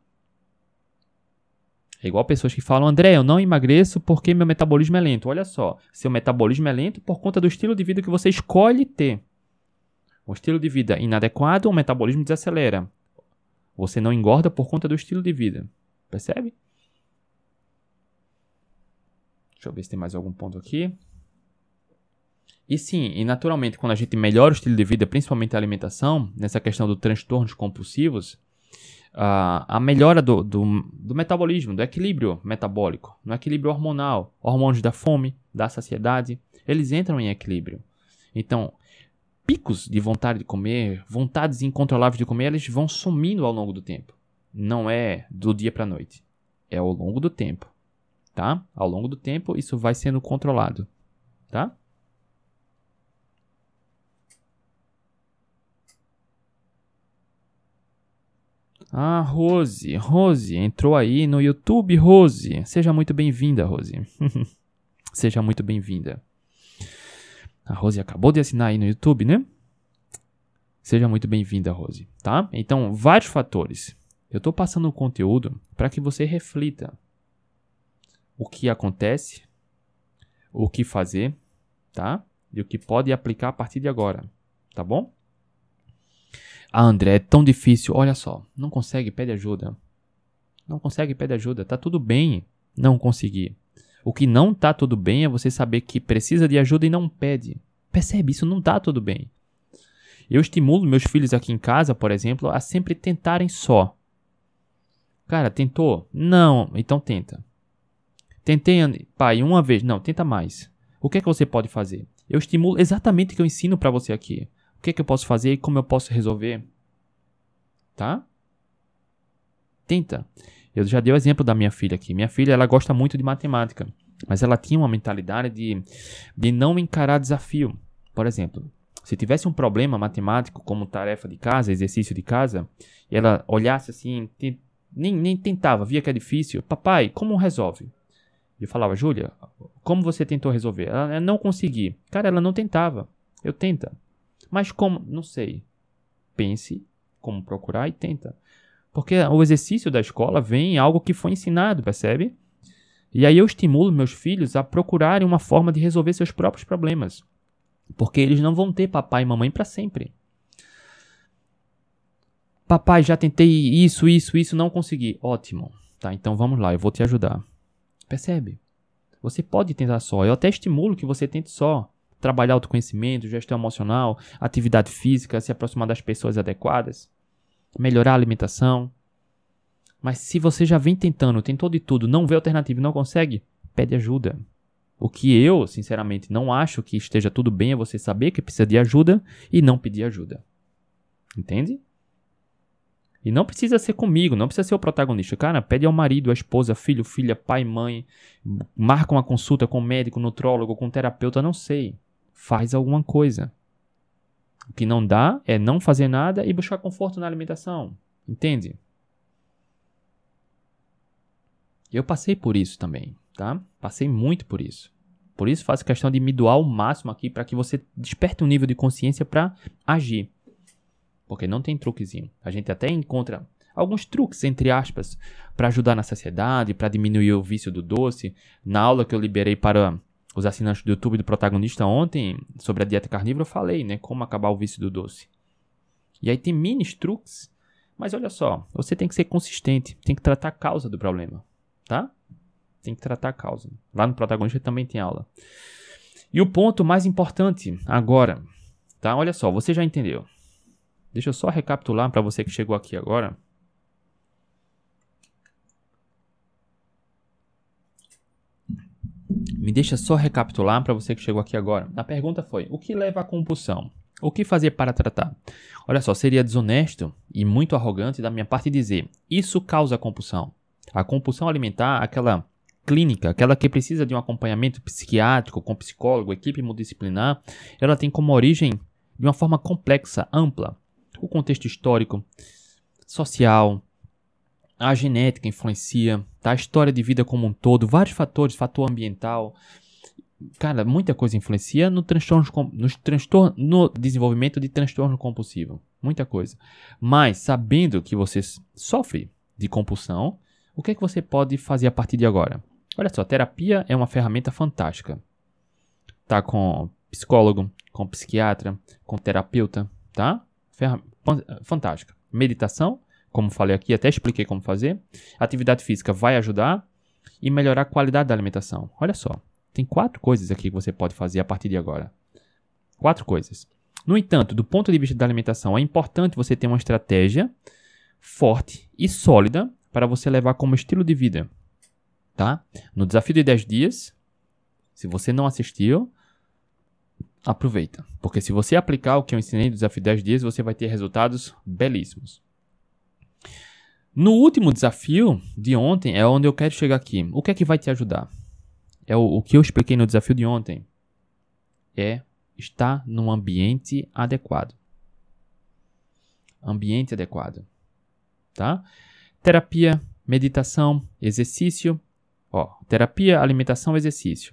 É igual pessoas que falam, André, eu não emagreço porque meu metabolismo é lento. Olha só, seu metabolismo é lento por conta do estilo de vida que você escolhe ter. Um estilo de vida inadequado, o metabolismo desacelera. Você não engorda por conta do estilo de vida. Percebe? Deixa eu ver se tem mais algum ponto aqui. E sim, e naturalmente, quando a gente melhora o estilo de vida, principalmente a alimentação, nessa questão dos transtornos compulsivos, a melhora do metabolismo, do equilíbrio metabólico, no equilíbrio hormonal, hormônios da fome, da saciedade, eles entram em equilíbrio. Então, picos de vontade de comer, vontades incontroláveis de comer, eles vão sumindo ao longo do tempo. Não é do dia para a noite, é ao longo do tempo, tá? Ao longo do tempo, isso vai sendo controlado, tá? Rose, entrou aí no YouTube, Rose. Seja muito bem-vinda, Rose. Seja muito bem-vinda. A Rose acabou de assinar aí no YouTube, né? Seja muito bem-vinda, Rose, tá? Então, vários fatores. Eu estou passando o conteúdo para que você reflita o que acontece, o que fazer, tá? E o que pode aplicar a partir de agora, tá bom? André, é tão difícil. Olha só, não consegue, pede ajuda. Não consegue, pede ajuda. Tá tudo bem não conseguir. O que não tá tudo bem é você saber que precisa de ajuda e não pede. Percebe? Isso não tá tudo bem. Eu estimulo meus filhos aqui em casa, por exemplo, a sempre tentarem só. Cara, tentou? Não, então tenta. Tentei, pai, uma vez. Não, tenta mais. O que é que você pode fazer? Eu estimulo exatamente o que eu ensino para você aqui. O que é que eu posso fazer e como eu posso resolver? Tá? Tenta. Eu já dei o exemplo da minha filha aqui. Minha filha, ela gosta muito de matemática, mas ela tinha uma mentalidade de não encarar desafio. Por exemplo, se tivesse um problema matemático como tarefa de casa, exercício de casa, e ela olhasse assim, nem tentava, via que é difícil. Papai, como resolve? Eu falava, Júlia, como você tentou resolver? Ela não consegui. Cara, ela não tentava. Eu tento. Mas como? Não sei. Pense como procurar e tenta. Porque o exercício da escola vem em algo que foi ensinado, percebe? E aí eu estimulo meus filhos a procurarem uma forma de resolver seus próprios problemas. Porque eles não vão ter papai e mamãe para sempre. Papai, já tentei isso, não consegui. Ótimo. Tá, então vamos lá, eu vou te ajudar. Percebe? Você pode tentar só. Eu até estimulo que você tente só. Trabalhar autoconhecimento, gestão emocional, atividade física, se aproximar das pessoas adequadas, melhorar a alimentação. Mas se você já vem tentou de tudo, não vê alternativa e não consegue, pede ajuda. O que eu, sinceramente, não acho que esteja tudo bem é você saber que precisa de ajuda e não pedir ajuda. Entende? E não precisa ser comigo, não precisa ser o protagonista. Cara, pede ao marido, à esposa, filho, filha, pai, mãe. Marca uma consulta com médico, nutrólogo, com terapeuta, não sei. Faz alguma coisa. O que não dá é não fazer nada e buscar conforto na alimentação. Entende? Eu passei por isso também, tá? Passei muito por isso. Por isso faço questão de me doar ao máximo aqui para que você desperte um nível de consciência para agir. Porque não tem truquezinho. A gente até encontra alguns truques, entre aspas, para ajudar na saciedade, para diminuir o vício do doce. Na aula que eu liberei para os assinantes do YouTube do protagonista ontem, sobre a dieta carnívora, eu falei, né, como acabar o vício do doce. E aí tem mini truques, mas olha só, você tem que ser consistente, tem que tratar a causa do problema, tá? Tem que tratar a causa. Lá no protagonista também tem aula. E o ponto mais importante agora, tá? Olha só, você já entendeu. Deixa eu só recapitular para você que chegou aqui agora. Me deixa só recapitular para você que chegou aqui agora. A pergunta foi: o que leva à compulsão? O que fazer para tratar? Olha só, seria desonesto e muito arrogante da minha parte dizer: isso causa compulsão. A compulsão alimentar, aquela clínica, aquela que precisa de um acompanhamento psiquiátrico, com psicólogo, equipe multidisciplinar, ela tem como origem de uma forma complexa, ampla. O contexto histórico, social, a genética influencia, tá? A história de vida como um todo, vários fatores, fator ambiental. Cara, muita coisa influencia no desenvolvimento de transtorno compulsivo. Muita coisa. Mas, sabendo que você sofre de compulsão, o que é que você pode fazer a partir de agora? Olha só, a terapia é uma ferramenta fantástica. Tá com psicólogo, com psiquiatra, com terapeuta, tá? Fantástica. Meditação, como falei aqui, até expliquei como fazer. Atividade física vai ajudar e melhorar a qualidade da alimentação. Olha só, tem 4 coisas aqui que você pode fazer a partir de agora. 4 coisas. No entanto, do ponto de vista da alimentação, é importante você ter uma estratégia forte e sólida para você levar como estilo de vida, tá? No desafio de 10 dias, se você não assistiu, aproveita, porque se você aplicar o que eu ensinei no desafio de 10 dias, você vai ter resultados belíssimos. No último desafio de ontem é onde eu quero chegar aqui. O que é que vai te ajudar? É o que eu expliquei no desafio de ontem. É estar num ambiente adequado. Ambiente adequado. Tá? Terapia, meditação, exercício. Terapia, alimentação, exercício.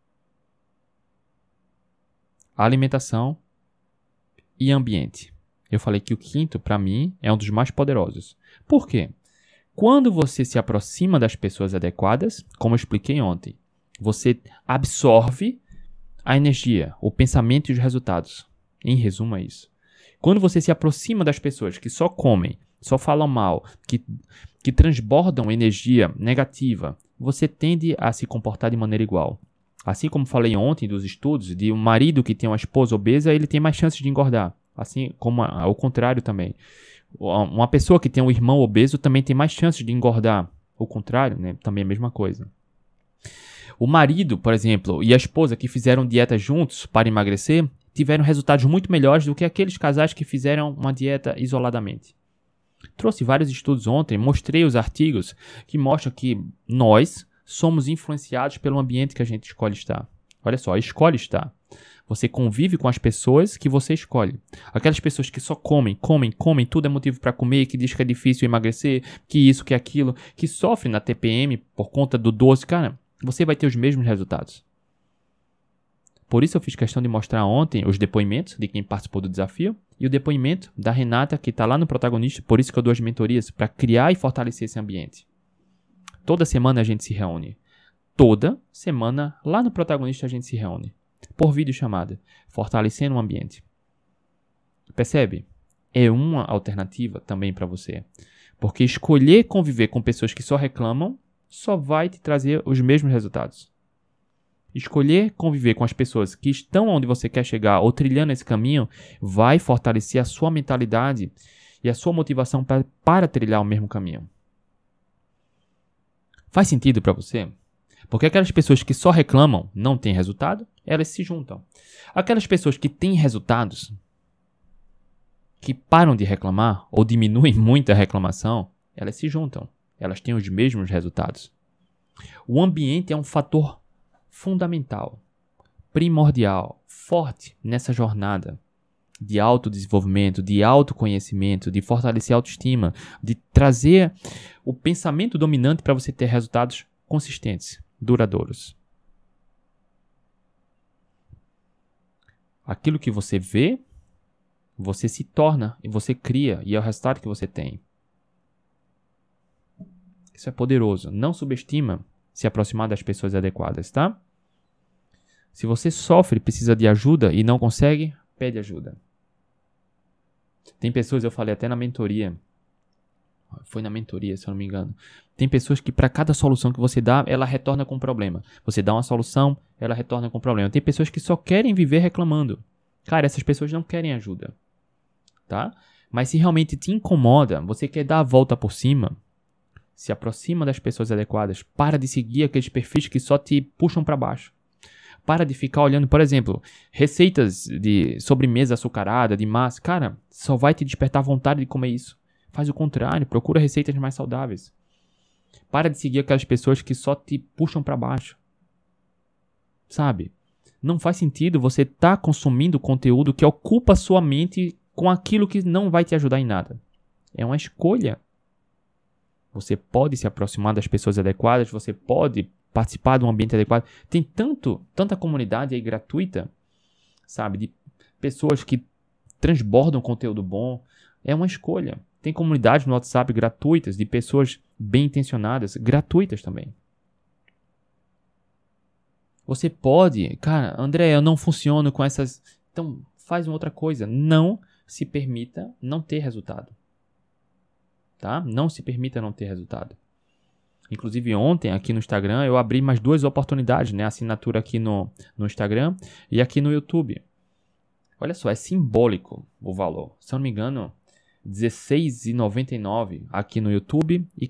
Alimentação e ambiente. Eu falei que o quinto, para mim, é um dos mais poderosos. Por quê? Quando você se aproxima das pessoas adequadas, como eu expliquei ontem, você absorve a energia, o pensamento e os resultados. Em resumo, é isso. Quando você se aproxima das pessoas que só comem, só falam mal, que transbordam energia negativa, você tende a se comportar de maneira igual. Assim como falei ontem dos estudos, de um marido que tem uma esposa obesa, ele tem mais chances de engordar. Assim como ao contrário também. Uma pessoa que tem um irmão obeso também tem mais chances de engordar. O contrário, né? Também é a mesma coisa. O marido, por exemplo, e a esposa que fizeram dieta juntos para emagrecer, tiveram resultados muito melhores do que aqueles casais que fizeram uma dieta isoladamente. Trouxe vários estudos ontem, mostrei os artigos que mostram que nós somos influenciados pelo ambiente que a gente escolhe estar. Olha só, escolhe estar. Você convive com as pessoas que você escolhe. Aquelas pessoas que só comem, tudo é motivo para comer, que diz que é difícil emagrecer, que isso, que aquilo, que sofrem na TPM por conta do doce, cara, você vai ter os mesmos resultados. Por isso eu fiz questão de mostrar ontem os depoimentos de quem participou do desafio e o depoimento da Renata, que está lá no protagonista, por isso que eu dou as mentorias, para criar e fortalecer esse ambiente. Toda semana a gente se reúne. Toda semana, lá no protagonista, a gente se reúne. Por videochamada, fortalecendo o ambiente. Percebe? É uma alternativa também para você. Porque escolher conviver com pessoas que só reclamam só vai te trazer os mesmos resultados. Escolher conviver com as pessoas que estão onde você quer chegar ou trilhando esse caminho vai fortalecer a sua mentalidade e a sua motivação para trilhar o mesmo caminho. Faz sentido para você? Porque aquelas pessoas que só reclamam, não têm resultado, elas se juntam. Aquelas pessoas que têm resultados, que param de reclamar ou diminuem muito a reclamação, elas se juntam. Elas têm os mesmos resultados. O ambiente é um fator fundamental, primordial, forte nessa jornada de autodesenvolvimento, de autoconhecimento, de fortalecer a autoestima, de trazer o pensamento dominante para você ter resultados consistentes, duradouros. Aquilo que você vê, você se torna e você cria, e é o resultado que você tem. Isso é poderoso. Não subestima se aproximar das pessoas adequadas, tá? Se você sofre, precisa de ajuda e não consegue, pede ajuda. Tem pessoas, eu falei até na mentoria, foi na mentoria, se eu não me engano. Tem pessoas que para cada solução que você dá, ela retorna com problema. Você dá uma solução, ela retorna com problema. Tem pessoas que só querem viver reclamando. Cara, essas pessoas não querem ajuda, tá? Mas se realmente te incomoda, você quer dar a volta por cima, se aproxima das pessoas adequadas, para de seguir aqueles perfis que só te puxam para baixo. Para de ficar olhando, por exemplo, receitas de sobremesa açucarada, de massa. Cara, só vai te despertar vontade de comer isso. Faz o contrário, procura receitas mais saudáveis. Para de seguir aquelas pessoas que só te puxam para baixo. Sabe? Não faz sentido você estar consumindo conteúdo que ocupa sua mente com aquilo que não vai te ajudar em nada. É uma escolha. Você pode se aproximar das pessoas adequadas, você pode participar de um ambiente adequado. Tem tanta comunidade aí gratuita, sabe? De pessoas que transbordam conteúdo bom. É uma escolha. Tem comunidades no WhatsApp gratuitas de pessoas bem intencionadas, gratuitas também. Você pode, cara, André, eu não funciono com essas... Então, faz uma outra coisa. Não se permita não ter resultado. Tá? Não se permita não ter resultado. Inclusive ontem aqui no Instagram eu abri mais 2 oportunidades, né? Assinatura aqui no Instagram e aqui no YouTube. Olha só, é simbólico o valor. Se eu não me engano, R$16,99 aqui no YouTube e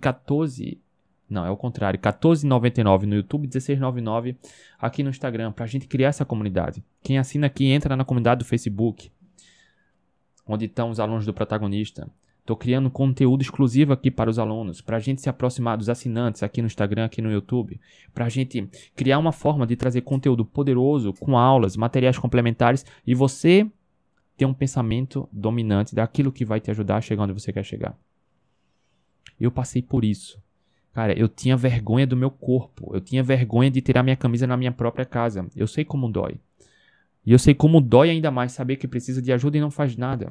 R$14,99 no YouTube, R$16,99 aqui no Instagram, pra gente criar essa comunidade. Quem assina aqui entra na comunidade do Facebook, onde estão os alunos do protagonista. Estou criando conteúdo exclusivo aqui para os alunos, para a gente se aproximar dos assinantes aqui no Instagram, aqui no YouTube, para a gente criar uma forma de trazer conteúdo poderoso, com aulas, materiais complementares, e você ter um pensamento dominante daquilo que vai te ajudar a chegar onde você quer chegar. Eu passei por isso. Cara, eu tinha vergonha do meu corpo, eu tinha vergonha de tirar minha camisa na minha própria casa. Eu sei como dói. E eu sei como dói ainda mais saber que precisa de ajuda e não faz nada.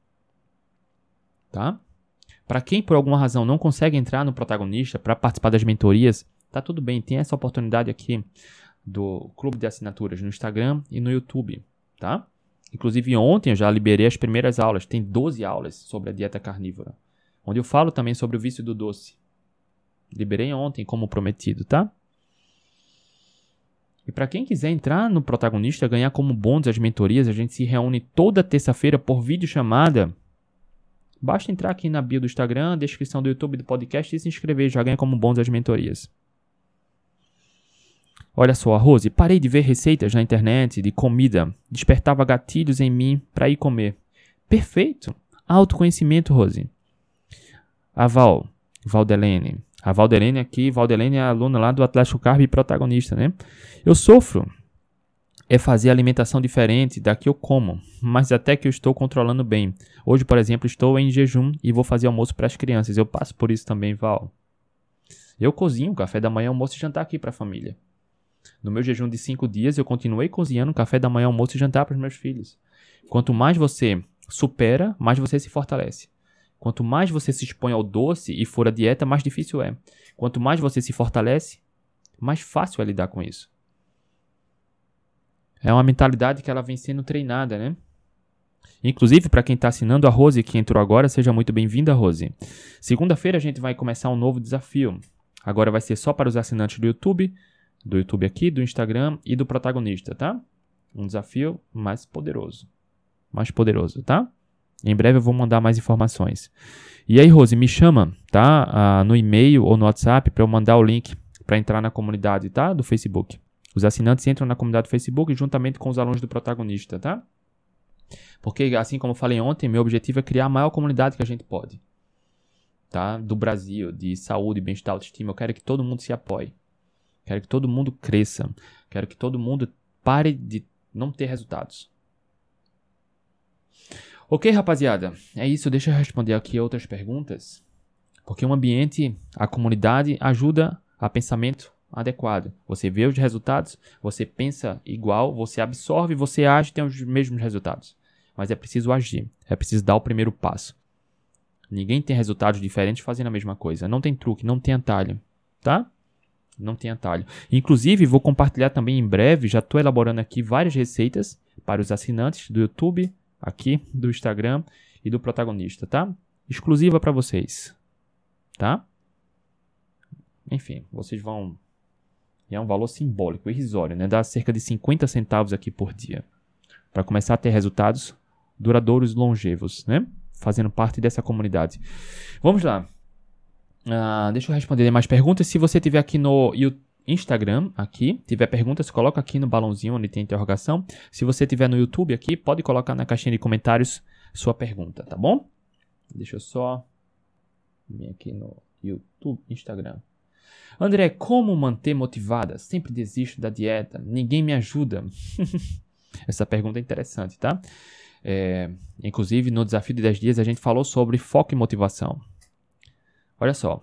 Tá? Para quem por alguma razão não consegue entrar no protagonista para participar das mentorias, tá tudo bem, tem essa oportunidade aqui do clube de assinaturas no Instagram e no YouTube, tá? Inclusive ontem eu já liberei as primeiras aulas, tem 12 aulas sobre a dieta carnívora, onde eu falo também sobre o vício do doce. Liberei ontem como prometido, tá? E para quem quiser entrar no protagonista, ganhar como bônus as mentorias, a gente se reúne toda terça-feira por videochamada. Basta entrar aqui na bio do Instagram, descrição do YouTube do podcast e se inscrever, já ganha como bônus as mentorias. Olha só, Rose, parei de ver receitas na internet de comida, despertava gatilhos em mim para ir comer. Perfeito! Autoconhecimento, Rose. A Valdelene aqui, Valdelene é a aluna lá do Atlético Carb e protagonista, né? Eu sofro. É fazer alimentação diferente da que eu como, mas até que eu estou controlando bem. Hoje, por exemplo, estou em jejum e vou fazer almoço para as crianças. Eu passo por isso também, Val. Eu cozinho café da manhã, almoço e jantar aqui para a família. No meu jejum de 5 dias, eu continuei cozinhando café da manhã, almoço e jantar para os meus filhos. Quanto mais você supera, mais você se fortalece. Quanto mais você se expõe ao doce e for a dieta, mais difícil é. Quanto mais você se fortalece, mais fácil é lidar com isso. É uma mentalidade que ela vem sendo treinada, né? Inclusive, para quem está assinando, a Rose, que entrou agora, seja muito bem-vinda, Rose. Segunda-feira a gente vai começar um novo desafio. Agora vai ser só para os assinantes do YouTube aqui, do Instagram e do protagonista, tá? Um desafio mais poderoso, tá? Em breve eu vou mandar mais informações. E aí, Rose, me chama, tá? No e-mail ou no WhatsApp para eu mandar o link para entrar na comunidade, tá? Do Facebook. Os assinantes entram na comunidade do Facebook juntamente com os alunos do protagonista, tá? Porque, assim como eu falei ontem, meu objetivo é criar a maior comunidade que a gente pode. Tá? Do Brasil, de saúde, bem-estar, autoestima. Eu quero que todo mundo se apoie. Quero que todo mundo cresça. Quero que todo mundo pare de não ter resultados. Ok, rapaziada? É isso. Deixa eu responder aqui outras perguntas. Porque o ambiente, a comunidade, ajuda a pensamento adequado. Você vê os resultados, você pensa igual, você absorve, você age e tem os mesmos resultados. Mas é preciso agir. É preciso dar o primeiro passo. Ninguém tem resultados diferentes fazendo a mesma coisa. Não tem truque, não tem atalho. Tá? Não tem atalho. Inclusive, vou compartilhar também em breve, já estou elaborando aqui várias receitas para os assinantes do YouTube, aqui do Instagram e do Protagonista, tá? Exclusiva para vocês. Tá? Enfim, vocês vão... É um valor simbólico, irrisório, né? Dá cerca de 50 centavos aqui por dia. Para começar a ter resultados duradouros e longevos, né? Fazendo parte dessa comunidade. Vamos lá. Deixa eu responder mais perguntas. Se você tiver aqui no Instagram, aqui, tiver perguntas, coloca aqui no balãozinho onde tem interrogação. Se você tiver no YouTube aqui, pode colocar na caixinha de comentários sua pergunta, tá bom? Deixa eu só vir aqui no YouTube, Instagram. André, como manter motivada? Sempre desisto da dieta. Ninguém me ajuda. Essa pergunta é interessante, tá? Inclusive, no desafio de 10 dias, a gente falou sobre foco e motivação. Olha só.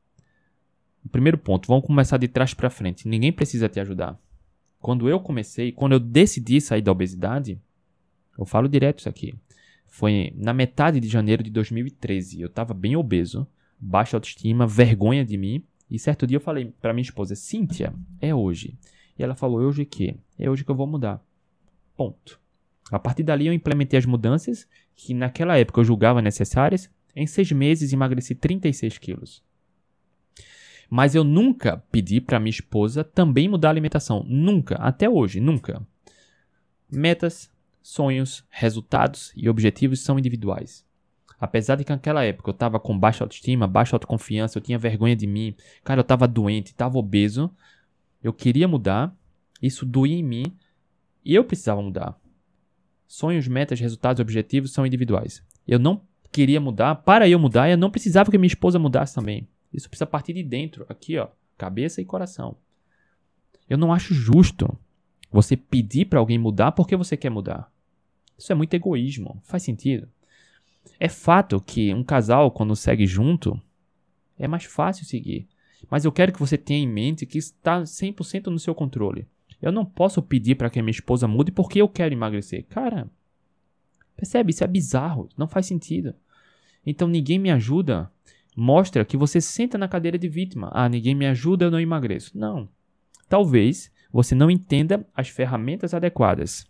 O primeiro ponto, vamos começar de trás para frente. Ninguém precisa te ajudar. Quando eu decidi sair da obesidade, eu falo direto isso aqui. Foi na metade de janeiro de 2013. Eu estava bem obeso, baixa autoestima, vergonha de mim. E certo dia eu falei para minha esposa, Cíntia, é hoje. E ela falou, hoje o quê? É hoje que eu vou mudar. Ponto. A partir dali eu implementei as mudanças que naquela época eu julgava necessárias. Em 6 meses emagreci 36 quilos. Mas eu nunca pedi para minha esposa também mudar a alimentação. Nunca. Até hoje. Nunca. Metas, sonhos, resultados e objetivos são individuais. Apesar de que naquela época eu estava com baixa autoestima, baixa autoconfiança, eu tinha vergonha de mim. Cara, eu estava doente, estava obeso. Eu queria mudar. Isso doía em mim. E eu precisava mudar. Sonhos, metas, resultados e objetivos são individuais. Eu não queria mudar. Para eu mudar, eu não precisava que minha esposa mudasse também. Isso precisa partir de dentro. Aqui, ó. Cabeça e coração. Eu não acho justo você pedir para alguém mudar porque você quer mudar. Isso é muito egoísmo. Faz sentido. É fato que um casal, quando segue junto, é mais fácil seguir. Mas eu quero que você tenha em mente que está 100% no seu controle. Eu não posso pedir para que a minha esposa mude porque eu quero emagrecer. Cara, percebe? Isso é bizarro. Não faz sentido. Então, ninguém me ajuda. Mostra que você senta na cadeira de vítima. Ah, ninguém me ajuda, eu não emagreço. Não. Talvez você não entenda as ferramentas adequadas.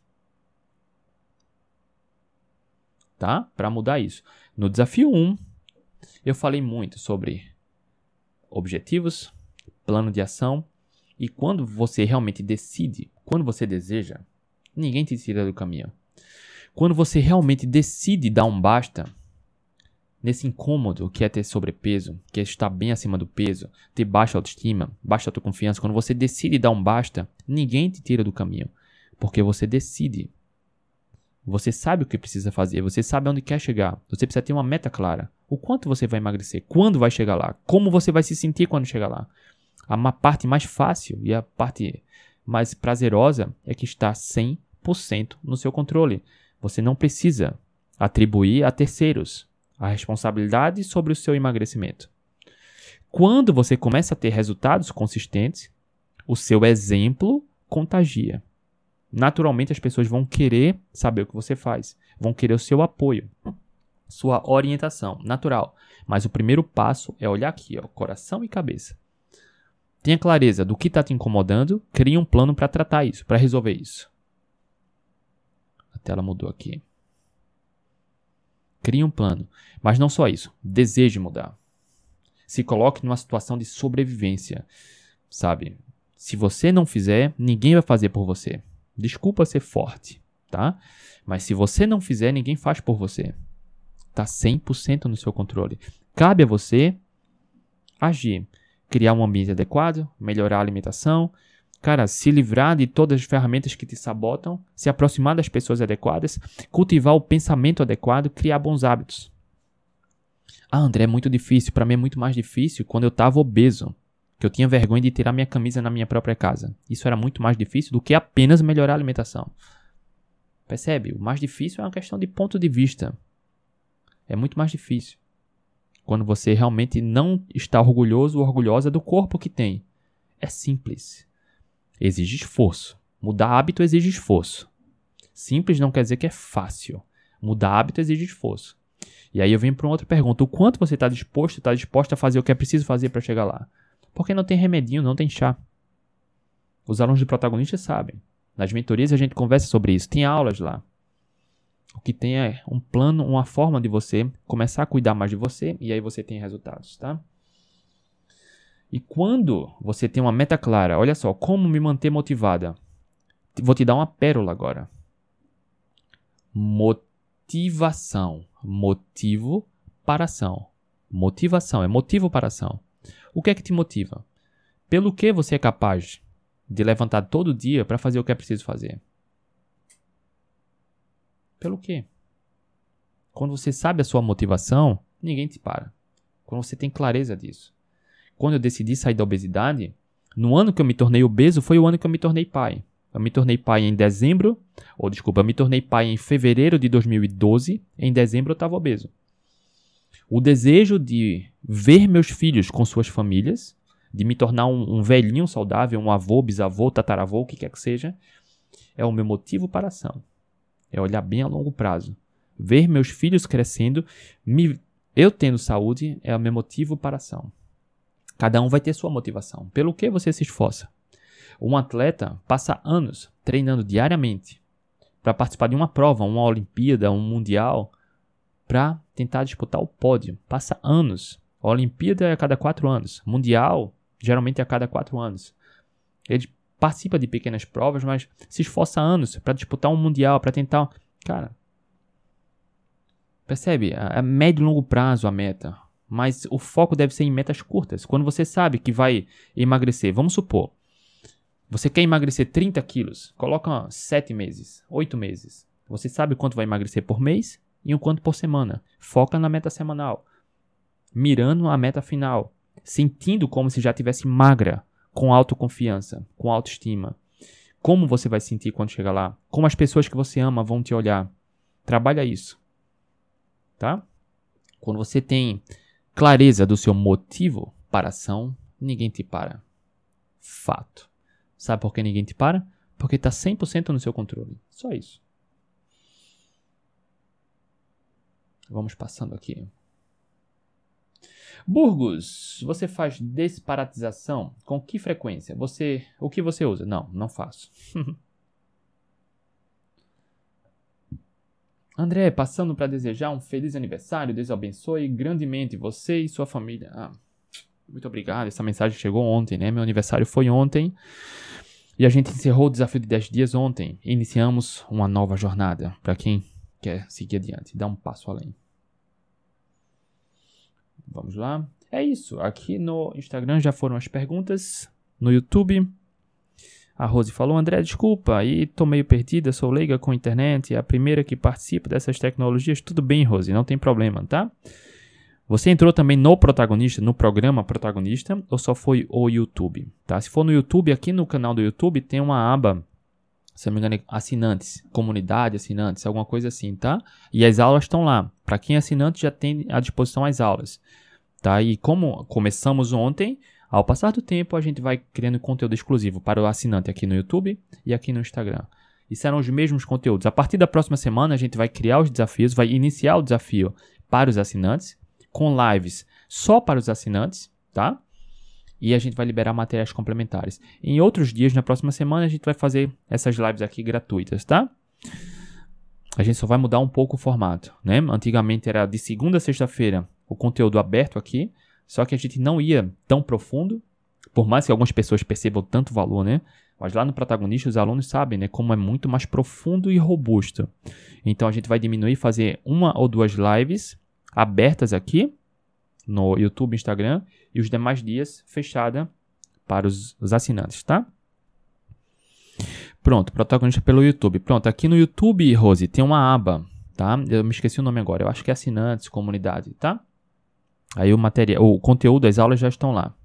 Tá? Para mudar isso. No desafio 1, eu falei muito sobre objetivos, plano de ação. E quando você realmente decide, quando você deseja, ninguém te tira do caminho. Quando você realmente decide dar um basta nesse incômodo que é ter sobrepeso, que é estar bem acima do peso, ter baixa autoestima, baixa autoconfiança, quando você decide dar um basta, ninguém te tira do caminho. Porque você decide. Você sabe o que precisa fazer, você sabe onde quer chegar. Você precisa ter uma meta clara. O quanto você vai emagrecer, quando vai chegar lá, como você vai se sentir quando chegar lá. A parte mais fácil e a parte mais prazerosa é que está 100% no seu controle. Você não precisa atribuir a terceiros a responsabilidade sobre o seu emagrecimento. Quando você começa a ter resultados consistentes, o seu exemplo contagia. Naturalmente as pessoas vão querer saber o que você faz, vão querer o seu apoio, sua orientação, natural. Mas o primeiro passo é olhar aqui, ó, coração e cabeça. Tenha clareza do que está te incomodando, crie um plano para tratar isso, para resolver isso. A tela mudou aqui. Crie um plano. Mas não só isso, deseje mudar. Se coloque numa situação de sobrevivência, sabe? Se você não fizer, ninguém vai fazer por você. Desculpa ser forte, tá? Mas se você não fizer, ninguém faz por você. Está 100% no seu controle. Cabe a você agir. Criar um ambiente adequado, melhorar a alimentação, Cara, se livrar de todas as ferramentas que te sabotam, se aproximar das pessoas adequadas, cultivar o pensamento adequado, criar bons hábitos. Ah, André, é muito difícil. Para mim é muito mais difícil quando eu estava obeso, que eu tinha vergonha de tirar minha camisa na minha própria casa. Isso era muito mais difícil do que apenas melhorar a alimentação. Percebe? O mais difícil é uma questão de ponto de vista. É muito mais difícil quando você realmente não está orgulhoso ou orgulhosa do corpo que tem. É simples. Exige esforço. Mudar hábito exige esforço. Simples não quer dizer que é fácil. Mudar hábito exige esforço. E aí eu venho para uma outra pergunta. O quanto você está disposto a fazer o que é preciso fazer para chegar lá? Porque não tem remedinho, não tem chá. Os alunos de protagonistas sabem. Nas mentorias a gente conversa sobre isso. Tem aulas lá. O que tem é um plano, uma forma de você começar a cuidar mais de você e aí você tem resultados, tá? E quando você tem uma meta clara, olha só, como me manter motivada? Vou te dar uma pérola agora. Motivação. Motivo para ação. Motivação é motivo para ação. O que é que te motiva? Pelo que você é capaz de levantar todo dia para fazer o que é preciso fazer? Pelo quê? Quando você sabe a sua motivação, ninguém te para. Quando você tem clareza disso. Quando eu decidi sair da obesidade, no ano que eu me tornei obeso, foi o ano que eu me tornei pai. Eu me tornei pai em eu me tornei pai em fevereiro de 2012, em dezembro eu estava obeso. O desejo de ver meus filhos com suas famílias, de me tornar um velhinho saudável, um avô, bisavô, tataravô, o que quer que seja, é o meu motivo para a ação. É olhar bem a longo prazo. Ver meus filhos crescendo, eu tendo saúde, é o meu motivo para a ação. Cada um vai ter sua motivação. Pelo que você se esforça? Um atleta passa anos treinando diariamente para participar de uma prova, uma Olimpíada, um Mundial, para tentar disputar o pódio. Passa anos. A Olimpíada é a cada 4 anos. Mundial, geralmente é a cada 4 anos. Ele participa de pequenas provas, mas se esforça anos para disputar um Mundial, para tentar... Cara, percebe? É médio e longo prazo a meta. Mas o foco deve ser em metas curtas. Quando você sabe que vai emagrecer, vamos supor, você quer emagrecer 30 quilos, coloca 7 meses, 8 meses. Você sabe quanto vai emagrecer por mês e o quanto por semana. Foca na meta semanal, mirando a meta final, sentindo como se já estivesse magra, com autoconfiança, com autoestima. Como você vai se sentir quando chegar lá? Como as pessoas que você ama vão te olhar? Trabalha isso, tá? Quando você tem clareza do seu motivo para a ação, ninguém te para. Fato. Sabe por que ninguém te para? Porque está 100% no seu controle. Só isso. Vamos passando aqui. Burgos, você faz desparatização? Com que frequência? O que você usa? Não faço. André, passando para desejar um feliz aniversário, Deus abençoe grandemente você e sua família. Muito obrigado, essa mensagem chegou ontem, né? Meu aniversário foi ontem e a gente encerrou o desafio de 10 dias ontem. Iniciamos uma nova jornada para quem quer seguir adiante, dar um passo além. Vamos lá. É isso, aqui no Instagram já foram as perguntas, no YouTube... A Rose falou, André, desculpa, aí tô meio perdida, sou leiga com internet, é a primeira que participa dessas tecnologias. Tudo bem, Rose, não tem problema, tá? Você entrou também no Protagonista, no programa Protagonista, ou só foi o YouTube, tá? Se for no YouTube, aqui no canal do YouTube tem uma aba, se não me engano, assinantes, comunidade, assinantes, alguma coisa assim, tá? E as aulas estão lá. Para quem é assinante, já tem à disposição as aulas, tá? E como começamos ontem... Ao passar do tempo, a gente vai criando conteúdo exclusivo para o assinante aqui no YouTube e aqui no Instagram. E serão os mesmos conteúdos. A partir da próxima semana, a gente vai criar os desafios, vai iniciar o desafio para os assinantes, com lives só para os assinantes, tá? E a gente vai liberar materiais complementares. Em outros dias, na próxima semana, a gente vai fazer essas lives aqui gratuitas, tá? A gente só vai mudar um pouco o formato, né? Antigamente era de segunda a sexta-feira o conteúdo aberto aqui. Só que a gente não ia tão profundo, por mais que algumas pessoas percebam tanto valor, né? Mas lá no Protagonista os alunos sabem, né? Como é muito mais profundo e robusto. Então a gente vai diminuir e fazer 1 ou 2 lives abertas aqui no YouTube e Instagram e os demais dias fechada para os assinantes, tá? Pronto, protagonista pelo YouTube. Pronto, aqui no YouTube, Rose, tem uma aba, tá? Eu me esqueci o nome agora. Eu acho que é assinantes, comunidade, tá? Aí o conteúdo das aulas já estão lá.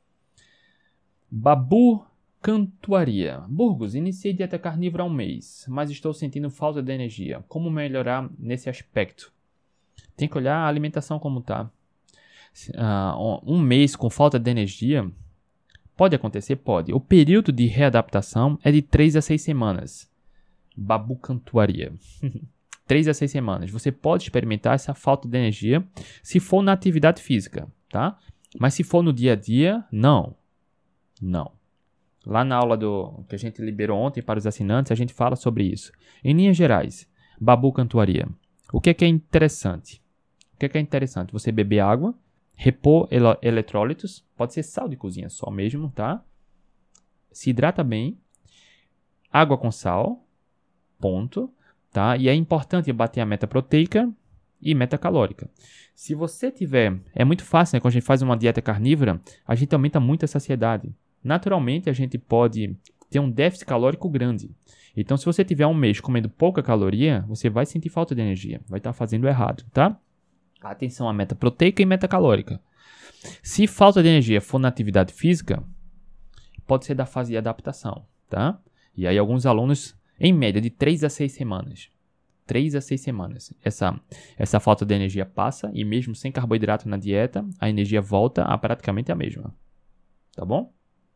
Babu Cantuaria. Burgos, iniciei dieta carnívora há um mês, mas estou sentindo falta de energia. Como melhorar nesse aspecto? Tem que olhar a alimentação como tá. Um mês com falta de energia, pode acontecer? Pode. O período de readaptação é de 3 a 6 semanas. Babu Cantuaria. 3 a 6 semanas. Você pode experimentar essa falta de energia se for na atividade física, tá? Mas se for no dia a dia, não. Não. Lá na aula que a gente liberou ontem para os assinantes, a gente fala sobre isso. Em linhas gerais, Babu Cantuaria. O que é interessante? O que é interessante? Você beber água, repor eletrólitos, pode ser sal de cozinha só mesmo, tá? Se hidrata bem, água com sal, ponto, tá? E é importante bater a meta proteica e meta calórica. Se você tiver, é muito fácil, né? Quando a gente faz uma dieta carnívora, a gente aumenta muito a saciedade. Naturalmente, a gente pode ter um déficit calórico grande. Então, se você tiver um mês comendo pouca caloria, você vai sentir falta de energia. Vai estar fazendo errado, tá? Atenção à meta proteica e meta calórica. Se falta de energia for na atividade física, pode ser da fase de adaptação, tá? E aí, alguns alunos, em média, de 3 a 6 semanas. 3 a 6 semanas. Essa falta de energia passa e mesmo sem carboidrato na dieta, a energia volta a praticamente a mesma. Tá bom?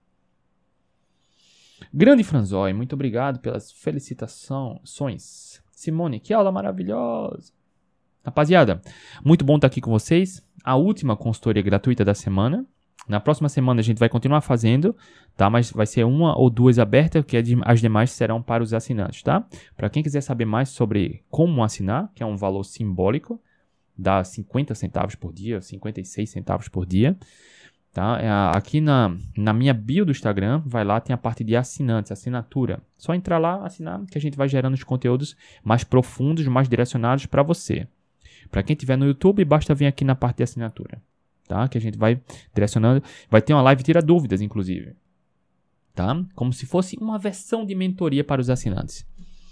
Grande Franzói, muito obrigado pelas felicitações. Simone, que aula maravilhosa. Rapaziada, muito bom estar aqui com vocês. A última consultoria gratuita da semana. Na próxima semana a gente vai continuar fazendo, tá? Mas vai ser uma ou duas abertas, que as demais serão para os assinantes, tá? Para quem quiser saber mais sobre como assinar, que é um valor simbólico, dá 50 centavos por dia, 56 centavos por dia. Tá? Aqui na minha bio do Instagram, vai lá, tem a parte de assinantes, assinatura. Só entrar lá, assinar, que a gente vai gerando os conteúdos mais profundos, mais direcionados para você. Para quem estiver no YouTube, basta vir aqui na parte de assinatura. Tá? Que a gente vai direcionando. Vai ter uma live tira dúvidas, inclusive. Tá? Como se fosse uma versão de mentoria para os assinantes.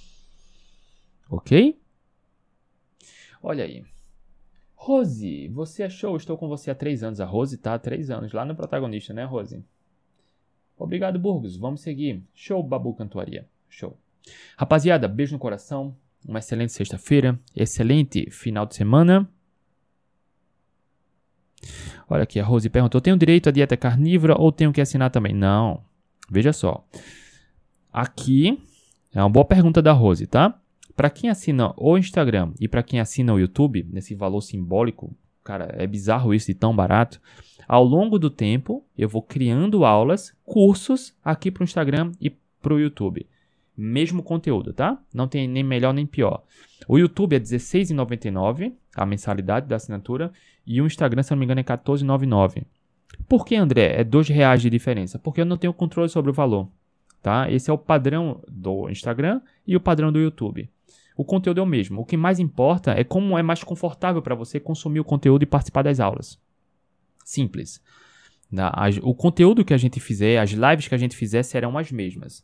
Ok? Olha aí. Rose, você achou? Estou com você há 3 anos. A Rose tá há 3 anos, lá no protagonista, né, Rose? Obrigado, Burgos. Vamos seguir. Show, Babu Cantuaria. Show. Rapaziada, beijo no coração. Uma excelente sexta-feira. Excelente final de semana. Olha aqui, a Rose perguntou, tenho direito à dieta carnívora ou tenho que assinar também? Não. Veja só. Aqui é uma boa pergunta da Rose, tá? Para quem assina o Instagram e para quem assina o YouTube, nesse valor simbólico, cara, é bizarro isso de tão barato. Ao longo do tempo, eu vou criando aulas, cursos aqui para o Instagram e para o YouTube. Mesmo conteúdo, tá? Não tem nem melhor nem pior. O YouTube é R$16,99, a mensalidade da assinatura, e o Instagram, se não me engano, é R$14,99. Por que, André? É R$2 de diferença? Porque eu não tenho controle sobre o valor, tá? Esse é o padrão do Instagram e o padrão do YouTube. O conteúdo é o mesmo. O que mais importa é como é mais confortável para você consumir o conteúdo e participar das aulas. Simples. O conteúdo que a gente fizer, as lives que a gente fizer serão as mesmas.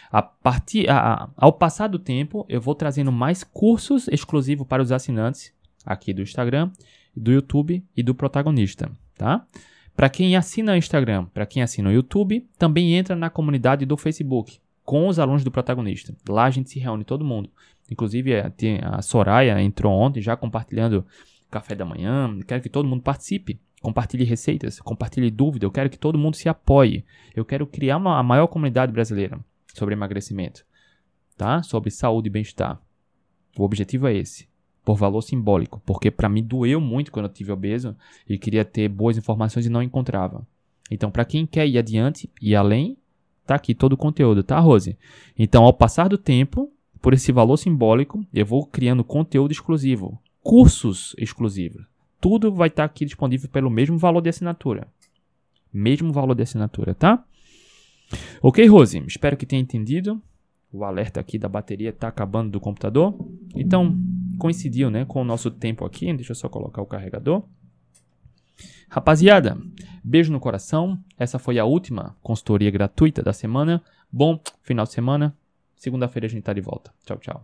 Ao passar do tempo, eu vou trazendo mais cursos exclusivos para os assinantes aqui do Instagram, do YouTube e do protagonista, tá? Para quem assina o Instagram, para quem assina o YouTube, também entra na comunidade do Facebook com os alunos do protagonista. Lá a gente se reúne todo mundo. Inclusive a Soraya entrou ontem já compartilhando café da manhã. Eu quero que todo mundo participe. Compartilhe receitas, compartilhe dúvida. Eu quero que todo mundo se apoie. Eu quero criar a maior comunidade brasileira sobre emagrecimento, tá? Sobre saúde e bem-estar. O objetivo é esse, por valor simbólico, porque para mim doeu muito quando eu tive obeso e queria ter boas informações e não encontrava. Então, para quem quer ir adiante e além, tá aqui todo o conteúdo, tá, Rose? Então, ao passar do tempo, por esse valor simbólico, eu vou criando conteúdo exclusivo, cursos exclusivos. Tudo vai estar aqui disponível pelo mesmo valor de assinatura. Mesmo valor de assinatura, tá? Ok, Rose? Espero que tenha entendido. O alerta aqui da bateria está acabando do computador. Então, coincidiu, né, com o nosso tempo aqui. Deixa eu só colocar o carregador. Rapaziada, beijo no coração. Essa foi a última consultoria gratuita da semana. Bom final de semana. Segunda-feira a gente tá de volta. Tchau, tchau.